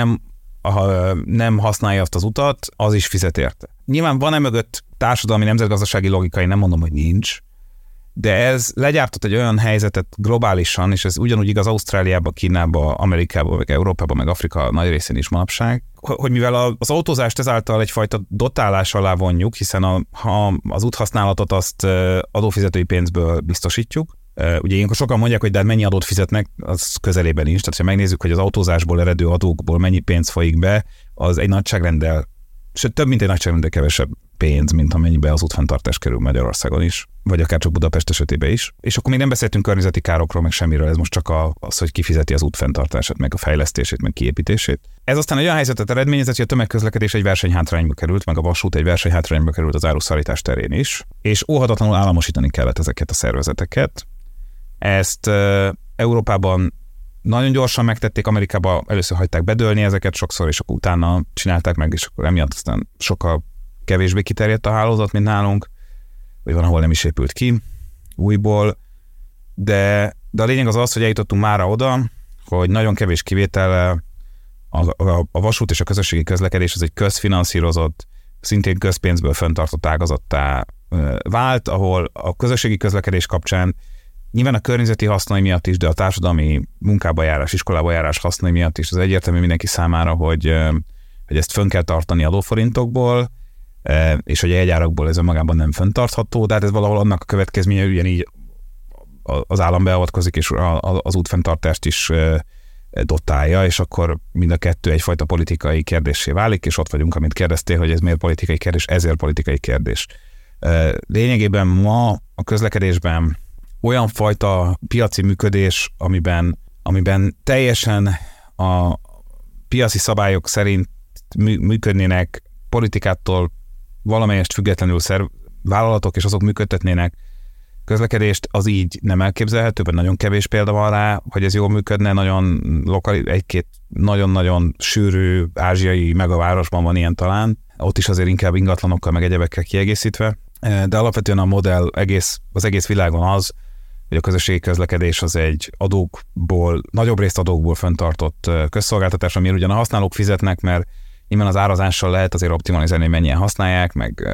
nem használja azt az utat, az is fizet érte. Nyilván van mögött társadalmi nemzetgazdasági logika, én nem mondom, hogy nincs, de ez legyártott egy olyan helyzetet globálisan, és ez ugyanúgy igaz Ausztráliába, Kínába, Amerikába, meg Európába, meg Afrika nagy részén is manapság, hogy mivel az autózást ezáltal egyfajta dotálás alá vonjuk, hiszen ha az úthasználatot azt adófizetői pénzből biztosítjuk, ugye ilyenkor sokan mondják, hogy de mennyi adót fizetnek, az közelében is, tehát ha megnézzük, hogy az autózásból eredő adókból mennyi pénz folyik be, az egy nagyságrenddel, sőt több mint egy nagyságrenddel kevesebb pénz, mint amennyibe az útfenntartás kerül Magyarországon is, vagy akár csak Budapest esetében is. És akkor még nem beszéltünk környezeti károkról, meg semmiről, ez most csak az, hogy kifizeti az útfenntartását, meg a fejlesztését, meg kiépítését. Ez aztán egy olyan helyzetet eredményezett, hogy a tömegközlekedés egy versenyhátrányba került, meg a vasút egy versenyhátrányba került az áruszállítás terén is, és óhatatlanul államosítani kellett ezeket a szervezeteket. Ezt Európában nagyon gyorsan megtették, Amerikában először hagyták bedőlni ezeket sokszor, és akkor utána csinálták meg, és akkor emiatt aztán sokkal kevésbé kiterjedt a hálózat, mint nálunk, vagy van, ahol nem is épült ki újból, de a lényeg az, hogy eljutottunk mára oda, hogy nagyon kevés kivétellel a vasút és a közösségi közlekedés az egy közfinanszírozott, szintén közpénzből fenntartott ágazattá vált, ahol a közösségi közlekedés kapcsán nyilván a környezeti hasznai miatt is, de a társadalmi munkába járás, iskolába járás hasznai miatt is az egyértelmű mindenki számára, hogy ezt fönn kell tartani adóforintokból, és hogy a jegyárakból ez önmagában nem fenntartható, de hát ez valahol annak a következménye, ugyanígy az állam beavatkozik, és az útfenntartást is dotálja, és akkor mind a kettő egyfajta politikai kérdéssé válik, és ott vagyunk, amit kérdeztél, hogy ez miért politikai kérdés, ezért politikai kérdés. Lényegében ma a közlekedésben olyan fajta piaci működés, amiben teljesen a piaci szabályok szerint működnének, politikától valamelyest függetlenül vállalatok, és azok működtetnének közlekedést, az így nem elképzelhető, vagy nagyon kevés példa van rá, hogy ez jól működne, egy-két nagyon-nagyon sűrű ázsiai megavárosban van ilyen talán, ott is azért inkább ingatlanokkal, meg egyebekkel kiegészítve, de alapvetően a modell az egész világon az, hogy a közösségi közlekedés az egy nagyobb részt adókból fenntartott közszolgáltatás, amire ugyan a használók fizetnek, mert nyilván az árazással lehet azért optimalizálni, hogy mennyien használják,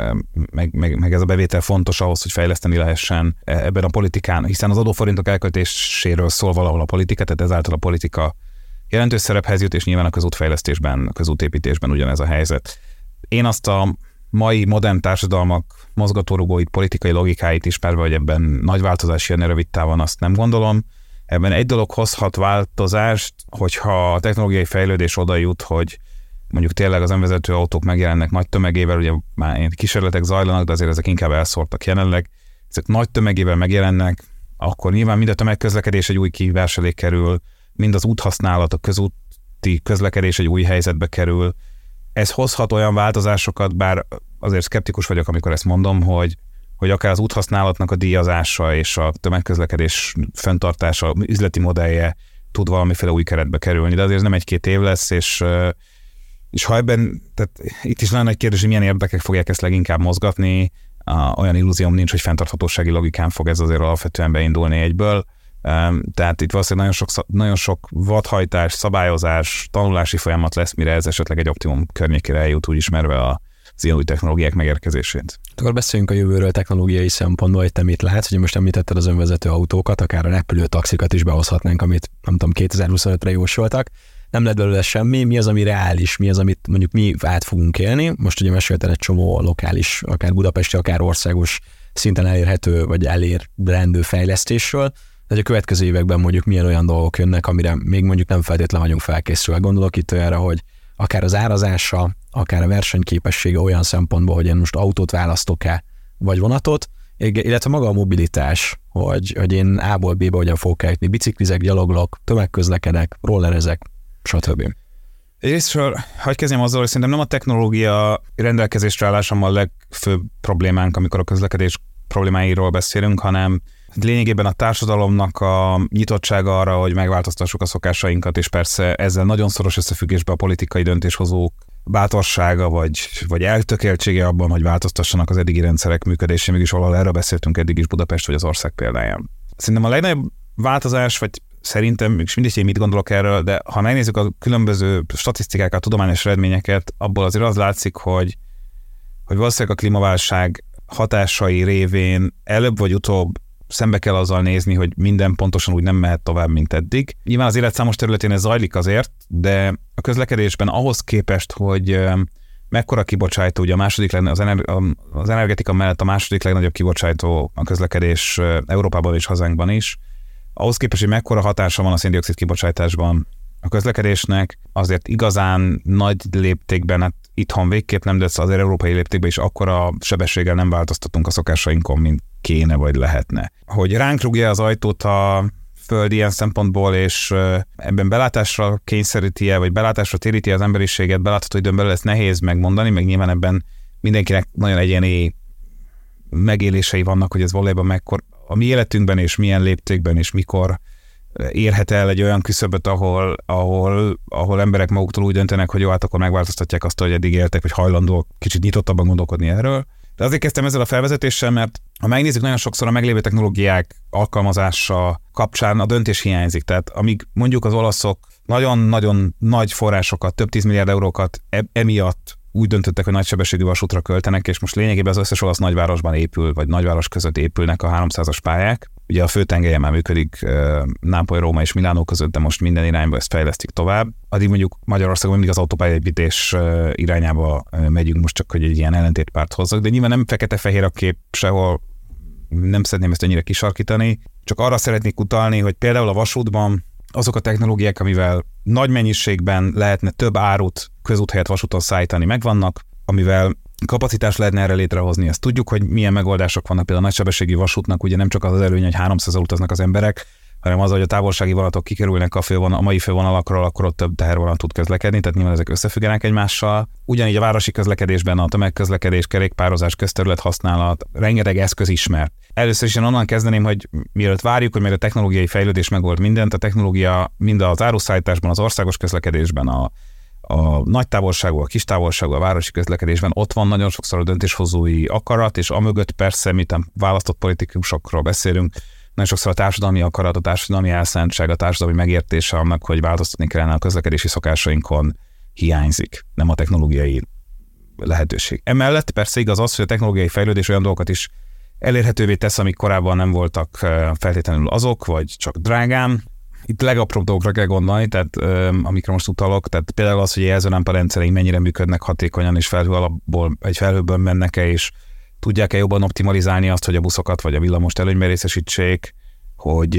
meg ez a bevétel fontos ahhoz, hogy fejleszteni lehessen ebben a politikán, hiszen az adóforintok elköltéséről szól valahol a politika, tehát ezáltal a politika jelentős szerephez jut, és nyilván a közútfejlesztésben, a közútépítésben ugyanez a helyzet. Én azt a mai modern társadalmak mozgatórugóit, politikai logikáit ismerve, hogy ebben nagy változás jönne rövid távon, azt nem gondolom. Ebben egy dolog hozhat változást, hogyha a technológiai fejlődés oda jut, hogy mondjuk tényleg az önvezető autók megjelennek nagy tömegével, ugye már kísérletek zajlanak, de azért ezek inkább elszórtak jelenleg. Ezek nagy tömegével megjelennek, akkor nyilván mind a tömegközlekedés egy új kihívás elé kerül, mind az úthasználat, a közúti közlekedés egy új helyzetbe kerül. Ez hozhat olyan változásokat, bár azért szkeptikus vagyok, amikor ezt mondom, hogy akár az úthasználatnak a díjazása és a tömegközlekedés fenntartása, üzleti modellje tud valamiféle új keretbe kerülni, de azért nem 1-2 év lesz, és ha ebben, tehát itt is nagyon nagy kérdés, hogy milyen érdekek fogják ezt leginkább mozgatni, olyan illúzióm nincs, hogy fenntarthatósági logikán fog ez azért alapvetően beindulni egyből, tehát itt valószínűleg nagyon sok vadhajtás, szabályozás, tanulási folyamat lesz, mire ez esetleg egy optimum környékére eljut, úgy ismerve az ilyen új technológiák megérkezését. Akkor beszéljünk a jövőről technológiai szempontból, hogy te mit látsz, hogy most említetted az önvezető autókat, akár a repülőtaxikat is behozhatnánk, amit nem tudom 2025-re jósoltak. Nem lett belőle semmi, mi az, ami reális, mi az, amit mondjuk mi át fogunk élni. Most ugye mesélted egy csomó lokális, akár budapesti, akár országos szinten elérhető, vagy elérendő fejlesztésről, de a következő években mondjuk milyen olyan dolgok jönnek, amire még mondjuk nem feltétlenül vagyunk felkészülve. Gondolok itt olyanra, hogy akár az árazása, akár a versenyképessége olyan szempontból, hogy én most autót választok-e, vagy vonatot, illetve maga a mobilitás, hogy én A-ból B-be hogyan fogok eljutni, biciklizek, gyaloglok, tömegközlekedek, rollerezek, stb. Egyrésztről, hadd kezdjem azzal, hogy szerintem nem a technológia rendelkezésre állásommal a legfőbb problémánk, amikor a közlekedés problémáiról beszélünk, hanem lényegében a társadalomnak a nyitottsága arra, hogy megváltoztassuk a szokásainkat, és persze ezzel nagyon szoros összefüggésben a politikai döntéshozók bátorsága, vagy eltökéltsége abban, hogy változtassanak az eddigi rendszerek működésén, mégis valahol erről beszéltünk eddig is Budapest vagy az ország példáján. Szerintem a legnagyobb változás, vagy szerintem, és mindig, hogy mit gondolok erről, de ha megnézzük a különböző statisztikákat, tudományos eredményeket, abból azért az látszik, hogy valószínűleg a klímaválság hatásai révén előbb vagy utóbb szembe kell azzal nézni, hogy minden pontosan úgy nem mehet tovább, mint eddig. Nyilván az élet számos területén ez zajlik azért, de a közlekedésben ahhoz képest, hogy mekkora kibocsátó, ugye az energetika mellett a második legnagyobb kibocsátó a közlekedés Európában és hazánkban is, ahhoz képest, hogy mekkora hatása van a szén-dioxid kibocsátásban a közlekedésnek, azért igazán nagy léptékben, hát itthon végképp nem, de azért európai léptékben is akkora sebességgel nem változtatunk a szokásainkon, mint kéne vagy lehetne. Hogy ránk rúgja az ajtót a föld ilyen szempontból, és ebben belátásra kényszeríti-e, vagy belátásra téríti az emberiséget, belátható időn belül ezt nehéz megmondani, meg nyilván ebben mindenkinek nagyon egyéni megélései vannak, hogy ez valójában mekkor a mi életünkben, és milyen léptékben, és mikor érhet el egy olyan küszöböt, ahol emberek maguktól úgy döntenek, hogy jó, hát akkor megváltoztatják azt, hogy eddig éltek, vagy hajlandóak kicsit nyitottabban gondolkodni erről. De azért kezdtem ezzel a felvezetéssel, mert ha megnézzük, nagyon sokszor a meglévő technológiák alkalmazása kapcsán a döntés hiányzik. Tehát amíg mondjuk az olaszok nagyon-nagyon nagy forrásokat, több 10 milliárd eurókat emiatt úgy döntöttek, hogy nagysebességű vasútra költenek, és most lényegében az összes olasz nagyvárosban épül, vagy nagyváros között épülnek a 300-as pályák. Ugye a főtengelye már működik Nápoly, Róma és Milánó között, de most minden irányba ezt fejlesztik tovább. Addig mondjuk Magyarországon mindig az autópályaépítés irányába megyünk, most csak, hogy egy ilyen ellentétpárt hozzak, de nyilván nem fekete-fehér a kép sehol, nem szeretném ezt ennyire kisarkítani, csak arra szeretnék utalni, hogy például a vasútban azok a technológiák, amivel nagy mennyiségben lehetne több árut közút helyett vasúton szállítani, megvannak, amivel kapacitás lehetne erre létrehozni. Ezt tudjuk, hogy milyen megoldások vannak, például a nagysebességű vasútnak, ugye nem csak az előny, hogy 300-al utaznak az emberek, hanem az, hogy a távolsági vonatok kikerülnek a mai fővonalakról, akkor ott több tehervonat tud közlekedni, tehát nyilván ezek összefüggenek egymással. Ugyanígy a városi közlekedésben a tömegközlekedés, kerékpározás, közterület használat, rengeteg eszköz ismert. Először is én onnan kezdeném, hogy mielőtt várjuk, hogy még a technológiai fejlődés megold mindent, a technológia mind az áruszállításban, az országos közlekedésben, a nagy távolságú, a kis távolságú, a városi közlekedésben ott van nagyon sokszor a döntéshozói akarat, és amögött persze, miután választott politikusokról beszélünk, nagyon sokszor a társadalmi akarat, a társadalmi elszántság, a társadalmi megértése annak, hogy változtatni kellene a közlekedési szokásainkon hiányzik, nem a technológiai lehetőség. Emellett persze igaz az, hogy a technológiai fejlődés olyan dolgokat is elérhetővé tesz, amik korábban nem voltak feltétlenül azok, vagy csak drágán. Itt legapróbb dolgokra kell gondolni, tehát amikre most utalok, tehát például az, hogy a jelzőlámpa rendszereink mennyire működnek hatékonyan, és felhőből mennek-e, és tudják-e jobban optimalizálni azt, hogy a buszokat vagy a villamost előnyben részesítsék, hogy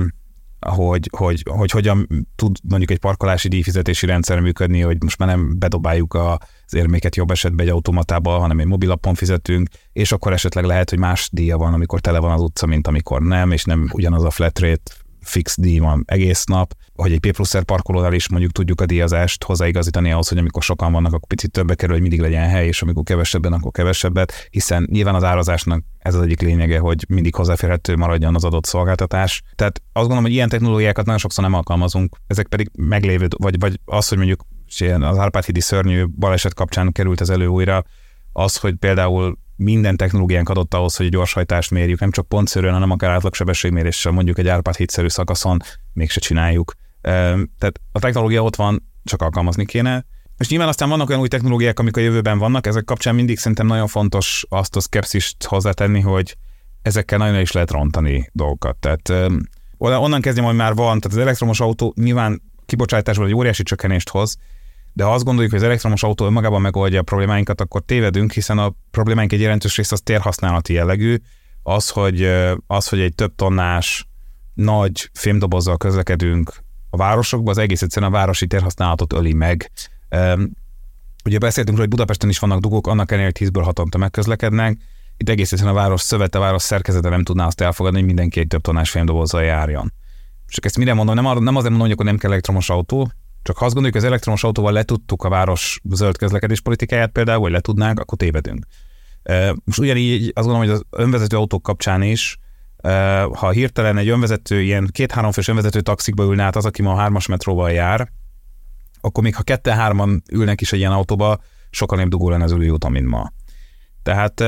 hogyan tud mondjuk egy parkolási díjfizetési rendszer működni, hogy most már nem bedobáljuk az érméket jobb esetben egy automatába, hanem egy mobilappon fizetünk, és akkor esetleg lehet, hogy más díja van, amikor tele van az utca, mint amikor nem, és nem ugyanaz a flat rate, fix díj van egész nap, hogy egy P+R parkolónál is mondjuk tudjuk a díjazást hozzáigazítani ahhoz, hogy amikor sokan vannak, akkor picit többe kerül, hogy mindig legyen hely, és amikor kevesebben, akkor kevesebbet, hiszen nyilván az árazásnak ez az egyik lényege, hogy mindig hozzáférhető maradjon az adott szolgáltatás. Tehát azt gondolom, hogy ilyen technológiákat nagyon sokszor nem alkalmazunk, ezek pedig meglévő, vagy az, hogy mondjuk az Árpád-hídi szörnyű baleset kapcsán került ez elő újra, az, hogy például minden technológiánk adott ahhoz, hogy gyorshajtást mérjük, nem csak pontszerűen, hanem akár átlagsebességméréssel, mondjuk egy Árpád-hídszerű szakaszon mégse csináljuk. Tehát a technológia ott van, csak alkalmazni kéne. És nyilván aztán vannak olyan új technológiák, amik a jövőben vannak, ezek kapcsán mindig szerintem nagyon fontos azt a szkepszist hozzátenni, hogy ezekkel nagyon is lehet rontani dolgokat. Tehát onnan kezdjem, hogy már van, tehát az elektromos autó nyilván kibocsátásból egy óriási csökkenést hoz, de ha azt gondoljuk, hogy az elektromos autó önmagában megoldja a problémáinkat, akkor tévedünk, hiszen a problémáink egy jelentős része az térhasználati jellegű, az, hogy egy több tonnás nagy fémdobozzal közlekedünk a városokba, az egész egyszerűen a városi térhasználatot öli meg. Ugye beszéltünk, hogy Budapesten is vannak dugók, annak ellenére, hogy 10-ből 6-an tömegközlekednek. Itt egész egyszerűen a város szövete, a város szerkezete nem tudná azt elfogadni, hogy mindenki egy több tonnás fémdobozzal járjon. Csak ezt mire mondom, nem azért mondom, hogy akkor nem kell elektromos autó, csak ha azt gondoljuk, hogy az elektromos autóval letudtuk a város zöld közlekedés politikáját például, vagy letudnánk, akkor tévedünk. Most ugyanígy azt gondolom, hogy az önvezető autók kapcsán is, ha hirtelen egy önvezető, ilyen 2-3 fős önvezető taxikba ülne át az, aki ma a 3-as metróval jár, akkor még ha 2-3-an ülnek is egy ilyen autóba, sokkal nem dugó lenne az ülőúton, mint ma. Tehát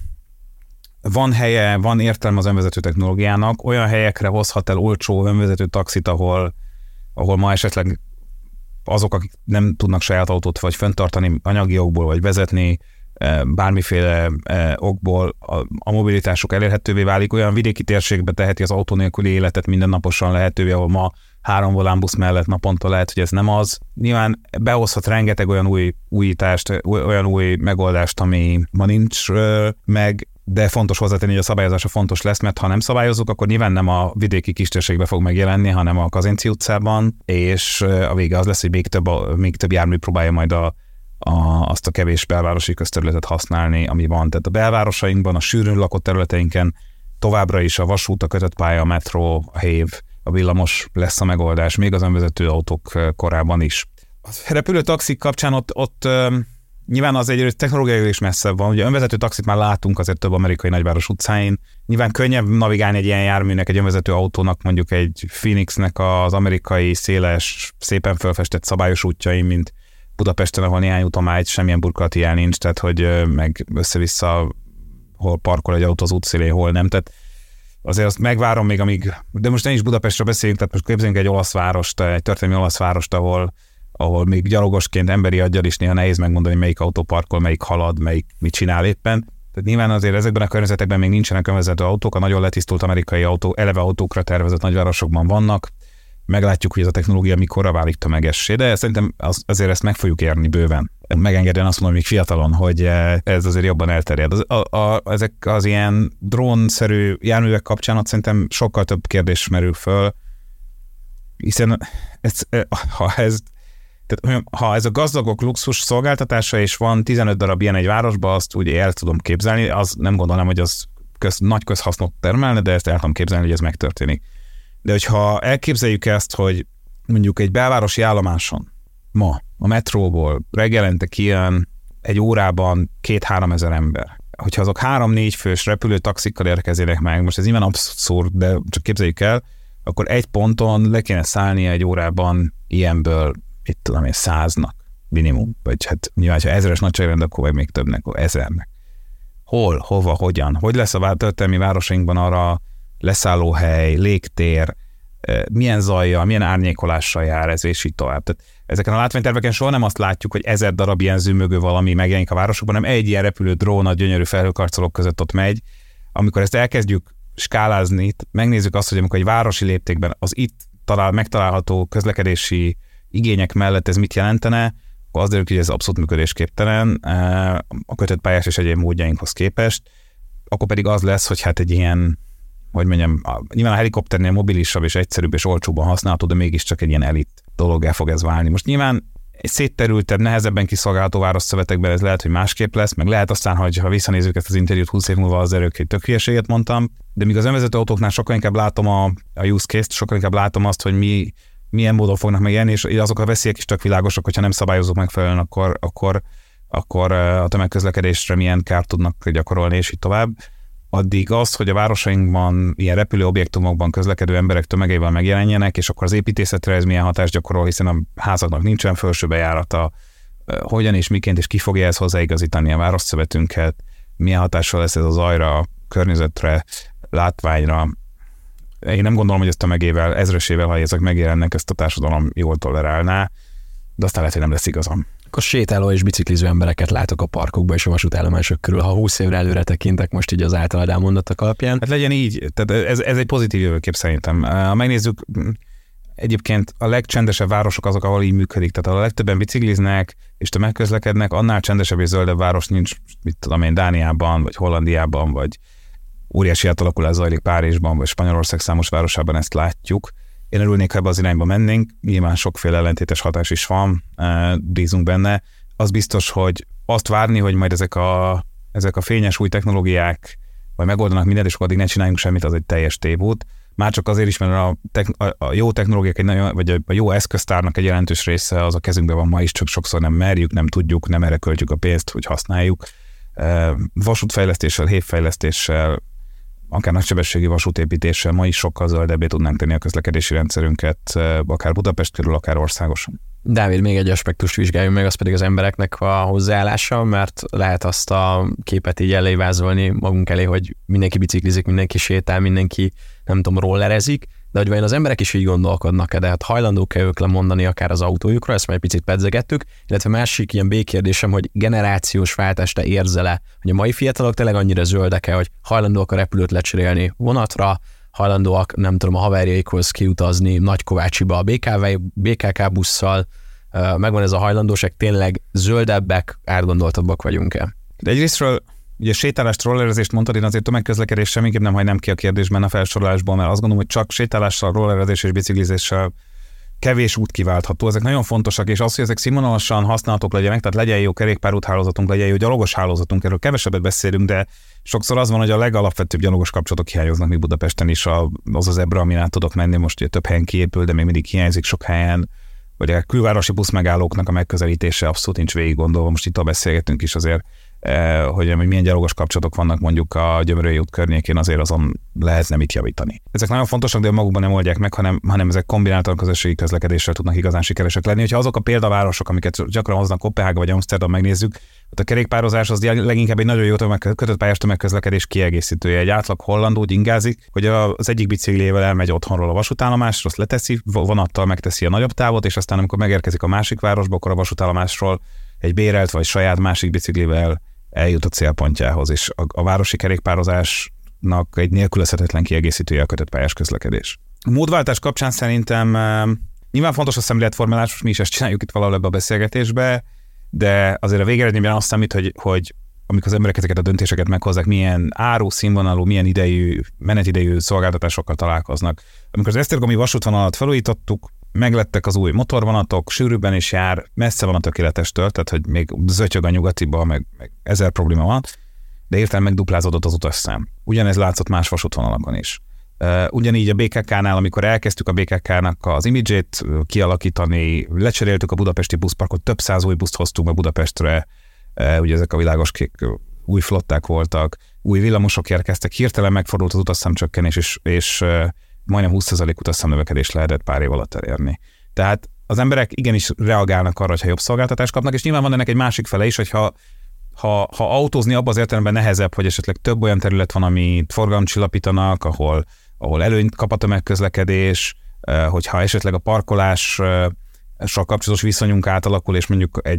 van helye, van értelme az önvezető technológiának, olyan helyekre hozhat el olcsó önvezető taxit, ahol ma esetleg azok, akik nem tudnak saját autót vagy fenntartani anyagi okból, vagy vezetni, bármiféle okból a mobilitásuk elérhetővé válik, olyan vidéki térségbe teheti az autó nélküli életet mindennaposan lehetővé, ahol ma 3 volánbusz mellett naponta lehet, hogy ez nem az. Nyilván behozhat rengeteg olyan új újítást, olyan új megoldást, ami ma nincs meg, de fontos hozzátenni, hogy a szabályozása fontos lesz, mert ha nem szabályozunk, akkor nyilván nem a vidéki kistérségben fog megjelenni, hanem a Kazinczy utcában, és a vége az lesz, hogy még több jármű próbálja majd a azt a kevés belvárosi közterületet használni, ami van. Tehát a belvárosainkban, a sűrűn lakott területeinken továbbra is a vasút, a kötött pálya, a metró, a hév, a villamos lesz a megoldás, még az önvezető autók korában is. A repülőtaxik kapcsán ott nyilván az egy technológiai is messzebb van. Ugye önvezető taxit már látunk azért több amerikai nagyváros utcáin. Nyilván könnyebb navigálni egy ilyen járműnek, egy önvezető autónak, mondjuk egy Phoenixnek az amerikai széles, szépen felfestett szabályos útjain, mint Budapesten, ahol néhány úton már semmilyen burkolati jel nincs, tehát hogy meg össze-vissza hol parkol egy autó az útszélén, hol nem. Tehát azért azt megvárom még, amíg, de most nem is Budapestről beszélünk, tehát most képzeljünk egy olasz várost, egy történelmi olasz várost, ahol még gyalogosként emberi aggyal is néha nehéz megmondani, melyik autó parkol, melyik halad, melyik mit csinál éppen. Tehát nyilván azért ezekben a környezetekben még nincsenek önvezető autók, a nagyon letisztult amerikai eleve autókra tervezett nagyvárosokban vannak. Meglátjuk, hogy ez a technológia mikorra válik tömegessé, de szerintem azért ezt meg fogjuk érni bőven. Megengedően azt mondom, még fiatalon, hogy ez azért jobban elterjed. Ezek az ilyen drónszerű járművek kapcsán szerintem sokkal több kérdés merül föl, hiszen ha ez a gazdagok luxus szolgáltatása, és van 15 darab ilyen egy városban, azt úgy el tudom képzelni, az nem gondolom, hogy az nagy közhasznot termelne, de ezt el tudom képzelni, hogy ez megtörténik. De hogyha elképzeljük ezt, hogy mondjuk egy belvárosi állomáson ma a metróból reggelente kijön egy órában 2-3 ezer ember. Hogyha azok 3-4 fős repülőtaxikkal érkezének meg, most ez nyilván abszurd, de csak képzeljük el, akkor egy ponton le kéne szállnia egy órában ilyenből, itt tudom én, 100-nak minimum, vagy hát nyilván, ha 1000-es nagyságrend, akkor vagy még többnek, akkor 1000-nek. Hol, hova, hogyan? Hogy lesz a történelmi városainkban arra leszállóhely, légtér, milyen zajjal, milyen árnyékolással jár ez, és így tovább. Tehát ezeken a látványterveken soha nem azt látjuk, hogy 1000 darab ilyen zümmögő valami megjelenik a városokban, hanem egy ilyen repülő drón a gyönyörű felhőkarcolók között ott megy. Amikor ezt elkezdjük skálázni, megnézzük azt, hogy amikor egy városi léptékben az itt megtalálható közlekedési igények mellett ez mit jelentene, akkor az derül ki, hogy ez abszolút működésképtelen a kötött pályás és egyéb módjainkhoz képest, akkor pedig az lesz, hogy hát egy ilyen, hogy mondjam, nyilván a helikopternél mobilisabb és egyszerűbb és olcsóban használható, de mégiscsak egy ilyen elit dologgá fog ez válni. Most nyilván egy szétterültebb, nehezebben kiszolgálható városszövetekben ez lehet, hogy másképp lesz, meg lehet aztán, hogy ha visszanézzük ezt az interjút 20 év múlva, az erők, hogy tök hülyeséget mondtam, de míg az önvezető autóknál sokkal inkább látom a use case-t, sokkal inkább látom azt, hogy milyen módon fognak megjelenni, és azok a veszélyek is tök világosak, hogyha nem szabályozunk megfelelően, akkor a tömegközlekedésre milyen kárt tudnak gyakorolni, és így tovább. Addig az, hogy a városainkban ilyen repülőobjektumokban közlekedő emberek tömegeivel megjelenjenek, és akkor az építészetre ez milyen hatást gyakorol, hiszen a házaknak nincsen felső bejárata, hogyan és miként, és ki fogja ezt hozzáigazítani a városszövetünket, milyen hatással lesz ez az zajra, környezetre, látványra. Én nem gondolom, hogy ezt tömegével, ezresével, ha ezek megjelennek, ezt a társadalom jól tolerálná, de aztán lehet, hogy nem lesz igazam. Akkor sétáló és bicikliző embereket látok a parkokban és a vasútállomások körül, ha 20 évre előre tekintek most így az általad elmondottak alapján. Hát legyen így, tehát ez egy pozitív jövőkép szerintem. Ha megnézzük, egyébként a legcsendesebb városok azok, ahol így működik, tehát a legtöbben bicikliznek és tömegközlekednek, annál csendesebb és zöldebb város nincs, mit tudom én, Dániában, vagy Hollandiában, vagy óriási átalakulás zajlik Párizsban, vagy Spanyolország számos városában, ezt látjuk. Én örülnék, ha ebbe az irányba mennénk, nyilván sokféle ellentétes hatás is van, bízunk benne. Az biztos, hogy azt várni, hogy majd ezek a fényes új technológiák vagy megoldanak mindent, és addig ne csináljunk semmit, az egy teljes tévút. Már csak azért is, mert a jó technológiák, vagy a jó eszköztárnak egy jelentős része az a kezünkben van ma is, csak sokszor nem merjük, nem tudjuk, nem erre költjük a pénzt, hogy használjuk. Vasútfejlesztéssel, hévfejlesztéssel, akár nagysebességi vasútépítéssel ma is sokkal zöldebbé tudnánk tenni a közlekedési rendszerünket, akár Budapest körül, akár országosan. Dávid, még egy aspektust vizsgáljunk meg, az pedig az embereknek a hozzáállása, mert lehet azt a képet így elévázolni magunk elé, hogy mindenki biciklizik, mindenki sétál, mindenki, nem tudom, rollerezik, de hogy vajon az emberek is így gondolkodnak-e, de hát hajlandók-e ők lemondani akár az autójukra, ezt már egy picit pedzegettük, illetve másik ilyen B-kérdésem, hogy generációs váltást te érzel-e, hogy a mai fiatalok tényleg annyira zöldek-e, hogy hajlandóak a repülőt lecserélni vonatra, hajlandóak, nem tudom, a haverjaikhoz kiutazni Nagykovácsiba a BKK busszal, megvan ez a hajlandóság, tényleg zöldebbek, átgondoltabbak vagyunk-e? De egyrésztről ugye sétálást, rollerezést mondtad, én azért tömegközlekedés semmiképp nem hagynám ki a kérdésben a felsorolásból, mert azt gondolom, hogy csak sétálással, rollerezés és biciklizéssel kevés út kiváltható. Ezek nagyon fontosak, és az, hogy ezek színvonalasan használhatók legyenek, tehát legyen jó kerékpárút hálózatunk, legyen jó gyalogos hálózatunk, erről kevesebbet beszélünk, de sokszor az van, hogy a legalapvetőbb gyalogos kapcsolatok hiányoznak még Budapesten is, az az Ebra, amin át tudok menni, most ugye több helyen kiépül, de még mindig hiányzik sok helyen, vagy a külvárosi buszmegállóknak a megközelítése abszolút nincs végig gondolva, most itt beszélgetünk is azért, hogy milyen gyalogos kapcsolatok vannak mondjuk a Gyömrői út környékén, azért azon lehetne mit javítani. Ezek nagyon fontosak, de magukban nem oldják meg, hanem ezek kombináltan közösségi közlekedéssel tudnak igazán sikeresek lenni. Hogyha azok a példavárosok, amiket gyakran hoznak, Koppenhága vagy Amsterdam, megnézzük, ott a kerékpározás az leginkább egy nagyon jó kötött pályás tömegközlekedés kiegészítője. Egy átlag holland úgy ingázik, hogy az egyik biciklével elmegy otthonról a vasútállomásra, azt leteszi, vonattal megteszi a nagyobb távot, és aztán amikor megérkezik a másik városba, akkor a vasútállomásról egy bérelt vagy saját másik biciklivel eljut a célpontjához, és a városi kerékpározásnak egy nélkülözhetetlen kiegészítője a kötött pályás közlekedés. A módváltás kapcsán szerintem nyilván fontos a szemléletformálás, mi is ezt csináljuk itt valahol ebbe a beszélgetésbe, de azért a végeredményben azt számít, hogy amikor az emberek ezeket a döntéseket meghozzák, milyen áru, színvonalú, milyen menetidejű szolgáltatásokkal találkoznak. Amikor az esztergomi vasútvonalat felújítottuk, meglettek az új motorvonatok, sűrűbben is jár, messze van a tökéletestől, tehát hogy még zötyög a nyugatiba, meg 1000 probléma van, de értelem megduplázódott az utasszám. Ugyanez látszott más vasútvonalakon is. Ugyanígy a BKK-nál, amikor elkezdtük a BKK-nak az imidzsét kialakítani, lecseréltük a budapesti buszparkot, több száz új buszt hoztunk a Budapestre, ugye ezek a világos kék új flották voltak, új villamosok érkeztek, hirtelen megfordult az utasszámcsökkenés, és majdnem 20% utasszámnövekedés lehetett pár év alatt elérni. Tehát az emberek igenis reagálnak arra, hogyha jobb szolgáltatást kapnak, és nyilván van ennek egy másik fele is, hogy ha autózni abban az értelemben nehezebb, hogy esetleg több olyan terület van, amit forgalomcsillapítanak, ahol előnyt kap a tömegközlekedés, hogyha esetleg a parkolással kapcsolatos viszonyunk átalakul, és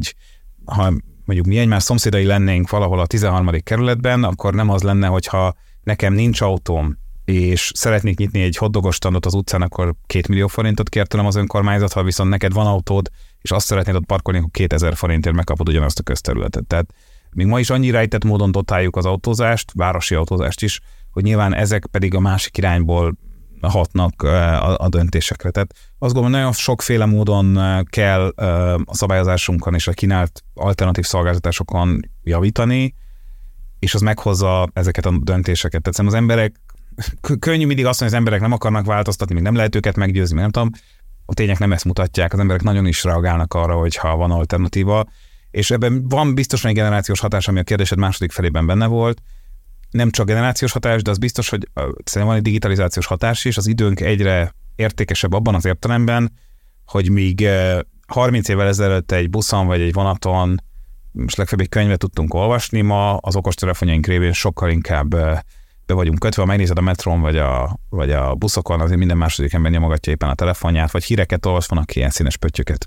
ha mondjuk mi egymás szomszédai lennénk valahol a 13. kerületben, akkor nem az lenne, hogyha nekem nincs autóm, és szeretnék nyitni egy hotdogos standot az utcán, akkor 2 millió forintot kér tőlem az önkormányzat, ha viszont neked van autód, és azt szeretnéd ott parkolni, akkor 2000 forintért megkapod ugyanazt a közterületet. Tehát még ma is annyira rejtett módon dotáljuk az autózást, városi autózást is, hogy nyilván ezek pedig a másik irányból hatnak a döntésekre. Tehát azt gondolom, nagyon sokféle módon kell a szabályozásunkon és a kínált alternatív szolgáltatásokon javítani, és az meghozza ezeket a döntéseket. Tehát az emberek, könnyű mindig azt mondani, hogy az emberek nem akarnak változtatni, még nem lehet őket meggyőzni, nem tudom, a tények nem ezt mutatják, az emberek nagyon is reagálnak arra, hogyha van alternatíva, és ebben van biztosan egy generációs hatás, ami a kérdésed második felében benne volt, nem csak generációs hatás, de az biztos, hogy szerintem van egy digitalizációs hatás is, az időnk egyre értékesebb abban az értelemben, hogy míg 30 évvel ezelőtt egy buszon vagy egy vonaton most legfeljebb egy könyvet tudtunk olvasni, ma az okostelefonjaink révén sokkal inkább be vagyunk kötve, ha megnézed a metrón vagy a buszokon, azért minden második ember nyomogatja éppen a telefonját, vagy híreket olvas, van, aki ilyen színes pöttyöket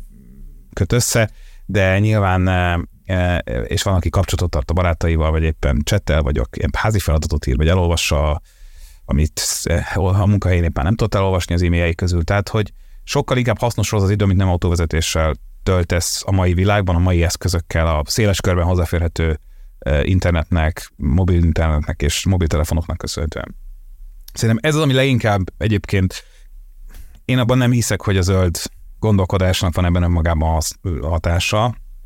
köt össze, de nyilván, és van, aki kapcsolatot tart a barátaival, vagy éppen csettel, vagy ilyen házi feladatot ír, vagy elolvassa, amit a munkahelyén éppen nem tudott elolvasni az e-mailjei közül. Tehát, hogy sokkal inkább hasznos az idő, amit nem autóvezetéssel töltesz a mai világban, a mai eszközökkel, a széles körben hozzáférhető internetnek, mobil internetnek és mobiltelefonoknak köszönhetően. Szerintem ez az, ami leginkább egyébként, én abban nem hiszek, hogy a zöld gondolkodásnak van ebben önmagában hatása.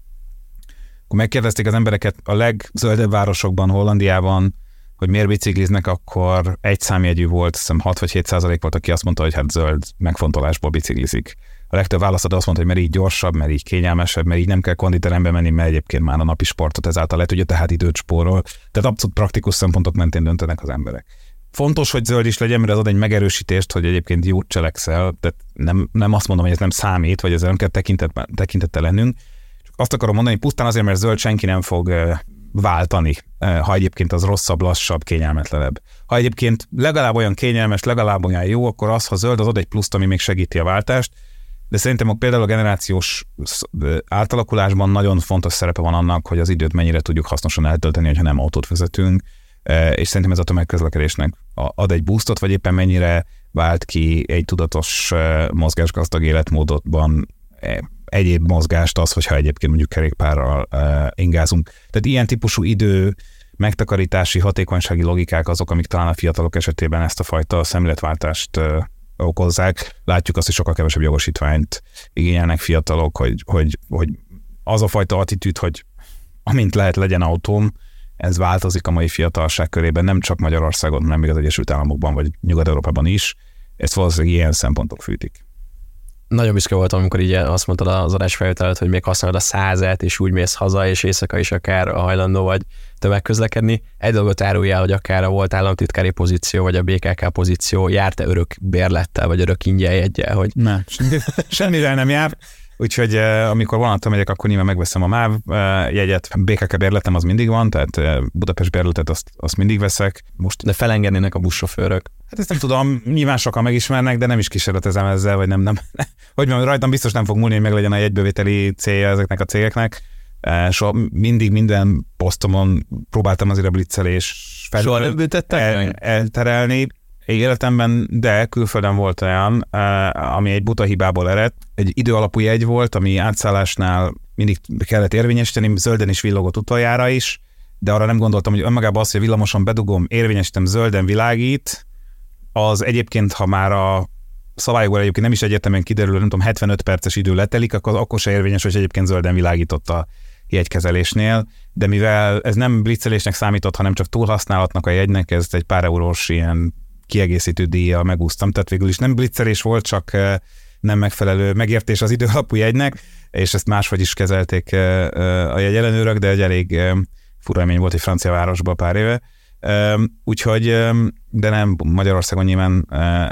Akkor megkérdezték az embereket a legzöldebb városokban, Hollandiában, hogy miért bicikliznek, akkor egy számjegyű volt, azt hiszem 6 vagy 7% volt, aki azt mondta, hogy hát zöld megfontolásból biciklizik. A legtöbb választó azt mondta, hogy mert így gyorsabb, mert így kényelmesebb, mert így nem kell konditerembe menni, mert egyébként már a napi sportot ezáltal le tudja, tehát időt spórol. Tehát abszolút praktikus szempontok mentén döntenek az emberek. Fontos, hogy zöld is legyen, mert ez ad egy megerősítést, hogy egyébként jót cselekszel, tehát nem azt mondom, hogy ez nem számít, vagy ezzel nem kell tekintettel lennünk. Csak azt akarom mondani, hogy pusztán azért, mert zöld senki nem fog váltani, ha egyébként az rosszabb, lassabb, kényelmetlenebb. Ha egyébként legalább olyan kényelmes, legalább olyan jó, akkor az, ha zöld, az ad egy pluszt, ami még segíti a váltást. De szerintem például a generációs átalakulásban nagyon fontos szerepe van annak, hogy az időt mennyire tudjuk hasznosan eltölteni, hogyha nem autót vezetünk, és szerintem ez a tömegközlekedésnek ad egy boostot, vagy éppen mennyire vált ki egy tudatos mozgásgazdag életmódban egyéb mozgást az, hogyha egyébként mondjuk kerékpárral ingázunk. Tehát ilyen típusú idő, megtakarítási, hatékonysági logikák azok, amik talán a fiatalok esetében ezt a fajta szemléletváltást okozzák. Látjuk azt, hogy sokkal kevesebb jogosítványt igényelnek fiatalok, hogy az a fajta attitűd, hogy amint lehet legyen autóm, ez változik a mai fiatalság körében, nem csak Magyarországon, hanem még az Egyesült Államokban, vagy Nyugat-Európában is. Ezt valószínűleg ilyen szempontok fűtik. Nagyon büszke voltam, amikor így azt mondtad az adásfelvételet, hogy még használod a 100-et, és úgy mész haza, és éjszaka is akár hajlandó vagy tömegközlekedni. Egy dolgot árulj el, hogy akár volt államtitkári pozíció, vagy a BKK pozíció, járt-e örök bérlettel, vagy örök ingyenjeggyel? Hogy... Nem, semmivel nem jár. Úgyhogy amikor vonattal megyek, akkor nyilván megveszem a MÁV jegyet. BKK bérletem az mindig van, tehát Budapest bérletet azt mindig veszek. Most de felengednének a buszsofőrök. Hát ezt nem tudom, nyilván sokan megismernek, de nem is kísérletezem ezzel, vagy nem. Hogy mondjam, rajtam biztos nem fog múlni, hogy meg legyen a jegybővételi célja ezeknek a cégeknek. Soha mindig minden posztomon próbáltam azért a blitzelés elterelni. Életemben, de külföldön volt olyan, ami egy buta hibából eredt. Egy időalapú jegy volt, ami átszállásnál mindig kellett érvényesíteni, zölden is villogott utoljára is, de arra nem gondoltam, hogy önmagában az, hogy a villamoson bedugom, érvényesítem, zölden világít, az egyébként, ha már a szabályokból egyébként nem is egyértelműen kiderül, nem tudom, 75 perces idő letelik, akkor se érvényes, hogy egyébként zölden világított a jegykezelésnél, de mivel ez nem blitzelésnek számított, hanem csak túlhasználatnak a jegynek, ez egy pár eurós ilyen kiegészítő díjjal megúsztam, tehát végül is nem blitzelés volt, csak nem megfelelő megértés az időalapú jegynek, és ezt máshogy is kezelték a jegyellenőrök, de egy elég fura élmény volt egy francia városban pár éve. Úgyhogy, de nem Magyarországon nyilván,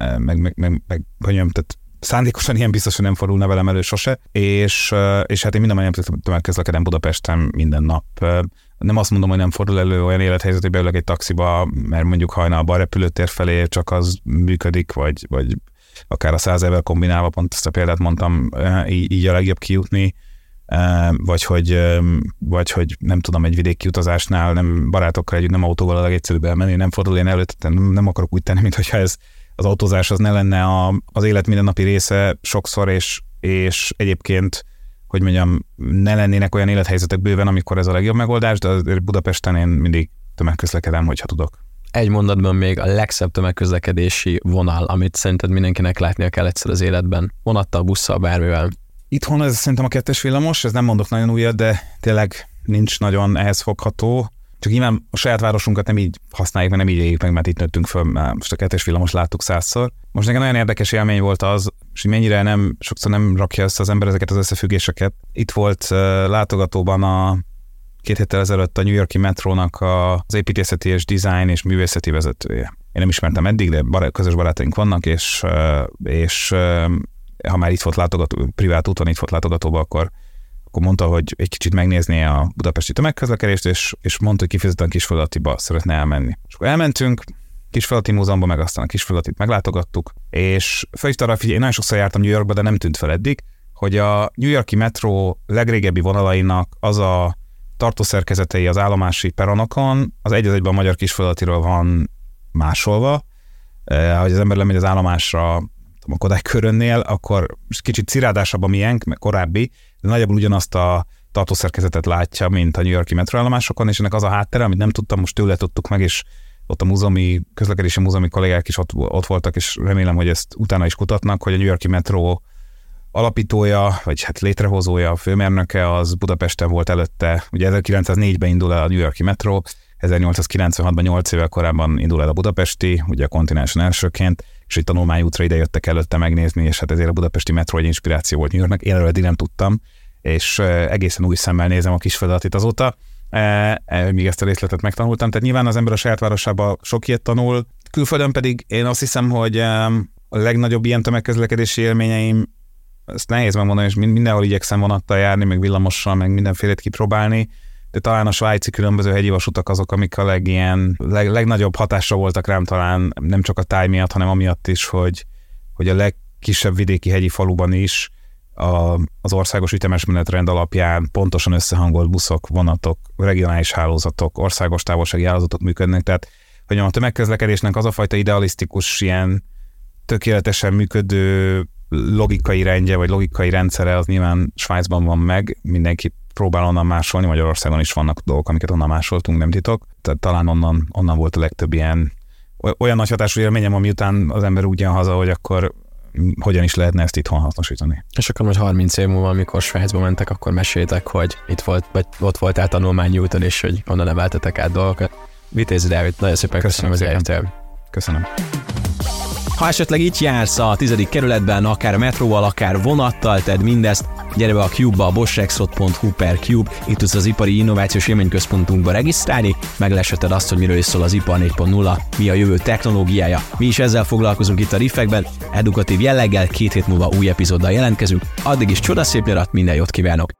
tehát szándékosan ilyen biztosan nem fordulna velem elő sose, és hát én minden tömegközlekedem Budapesten minden nap. Nem azt mondom, hogy nem fordul elő olyan élethelyzet, hogy beülök egy taxiba, mert mondjuk hajnalban a repülőtér felé csak az működik, vagy akár a 100 évvel kombinálva, pont ezt a példát mondtam, így a legjobb kijutni, vagy hogy nem tudom, egy vidéki utazásnál nem barátokkal együtt, nem autóval a legegyszerűbb elmenni, nem fordul ilyen elő, tehát nem akarok úgy tenni, mintha ez az autózás az ne lenne az élet mindennapi része sokszor, és egyébként, hogy mondjam, ne lennének olyan élethelyzetek bőven, amikor ez a legjobb megoldás, de Budapesten én mindig tömegközlekedem, hogyha tudok. Egy mondatban még a legszebb tömegközlekedési vonal, amit szerinted mindenkinek látnia kell egyszer az életben. Vonattal, busszal, bármivel. Itthon ez szerintem a 2-es villamos, ez nem mondok nagyon újat, de tényleg nincs nagyon ehhez fogható. Csak nyilván a saját városunkat nem így használjuk, mert nem így éljük meg, mert itt nőttünk föl, most a 2-es villamos láttuk 100-szor. Most nekem nagyon érdekes élmény volt az, és mennyire sokszor nem rakja össze az ember ezeket az összefüggéseket. Itt volt látogatóban 2 héttel ezelőtt a New York-i metrónak az építészeti és design és művészeti vezetője. Én nem ismertem eddig, de közös barátaink vannak, és ha már itt volt privát úton itt volt látogatóba, akkor mondta, hogy egy kicsit megnézné a budapesti tömegközlekedést, és mondta, hogy kifejezetten Kisföldaltiba szeretne elmenni. És akkor elmentünk, Kisföldalti Múzeumba, meg aztán a Kisföldaltit meglátogattuk, és felhívta arra, hogy én nagyon sokszor jártam New Yorkba, de nem tűnt fel eddig, hogy a New York-i metró legrégebbi vonalainak az a tartószerkezetei az állomási peronokon, az egy-egyben a magyar Kisföldaltiról van másolva. Hogy az ember lemegy az állomásra a Kodály körönnél, akkor kicsit cirádásabb a miénk, meg korábbi, de nagyjából ugyanazt a tartószerkezetet látja, mint a New York-i metróállomásokon, és ennek az a háttere, amit nem tudtam, most tőle tudtuk meg, és ott a közlekedési múzeumi kollégák is ott voltak, és remélem, hogy ezt utána is kutatnak, hogy a New York-i metró alapítója, vagy hát létrehozója, a főmérnöke, az Budapesten volt előtte, ugye 1904-ben indul el a New York-i metró, 1896-ban 8 évvel korábban indul el a budapesti, ugye a kontinensen elsőként, és egy tanulmányútra ide jöttek előtte megnézni, és hát ezért a budapesti metró egy inspiráció volt New Yorknak. Én erről eddig nem tudtam, és egészen új szemmel nézem a Kisföldaltit azóta, míg ezt a részletet megtanultam. Tehát nyilván az ember a saját városában sok ilyet tanul, külföldön pedig én azt hiszem, hogy a legnagyobb ilyen tömegközlekedési élményeim, ezt nehéz megmondani, és mindenhol igyekszem vonattal járni, meg villamossal, meg mindenfélét kipróbálni, de talán a svájci különböző hegyi vasutak azok, amik a legnagyobb hatásra voltak rám, talán nem csak a táj miatt, hanem amiatt is, hogy a legkisebb vidéki hegyi faluban is az országos ütemes menetrend alapján pontosan összehangolt buszok, vonatok, regionális hálózatok, országos távolsági hálózatok működnek. Tehát, hogy a tömegközlekedésnek az a fajta idealisztikus, ilyen tökéletesen működő logikai rendje, vagy logikai rendszere, az nyilván Svájcban van meg, mindenki próbál onnan másolni, Magyarországon is vannak dolgok, amiket onnan másoltunk, nem titok. Tehát talán onnan volt a legtöbb ilyen olyan nagy hatású élményem, ami után az ember úgy jön haza, hogy akkor hogyan is lehetne ezt itthon hasznosítani. És akkor majd 30 év múlva, amikor Svájcba mentek, akkor meséljétek, hogy itt volt, vagy ott voltál tanulmányi úton, és hogy onnan neveltetek át dolgokat. Vitézi Dávid, nagyon szépen köszönöm, hogy eljöttél. Köszönöm. Ha esetleg itt jársz a 10. kerületben, akár metróval, akár vonattal, tedd mindezt, gyere be a Cube-ba, a boschrexroth.hu/Cube, itt tudsz az Ipari Innovációs Élményközpontunkba regisztrálni, meglesheted azt, hogy miről is szól az Ipar 4.0, mi a jövő technológiája. Mi is ezzel foglalkozunk itt a Riffekben, edukatív jelleggel, 2 hét múlva új epizóddal jelentkezünk, addig is csodaszép nyarat, minden jót kívánok!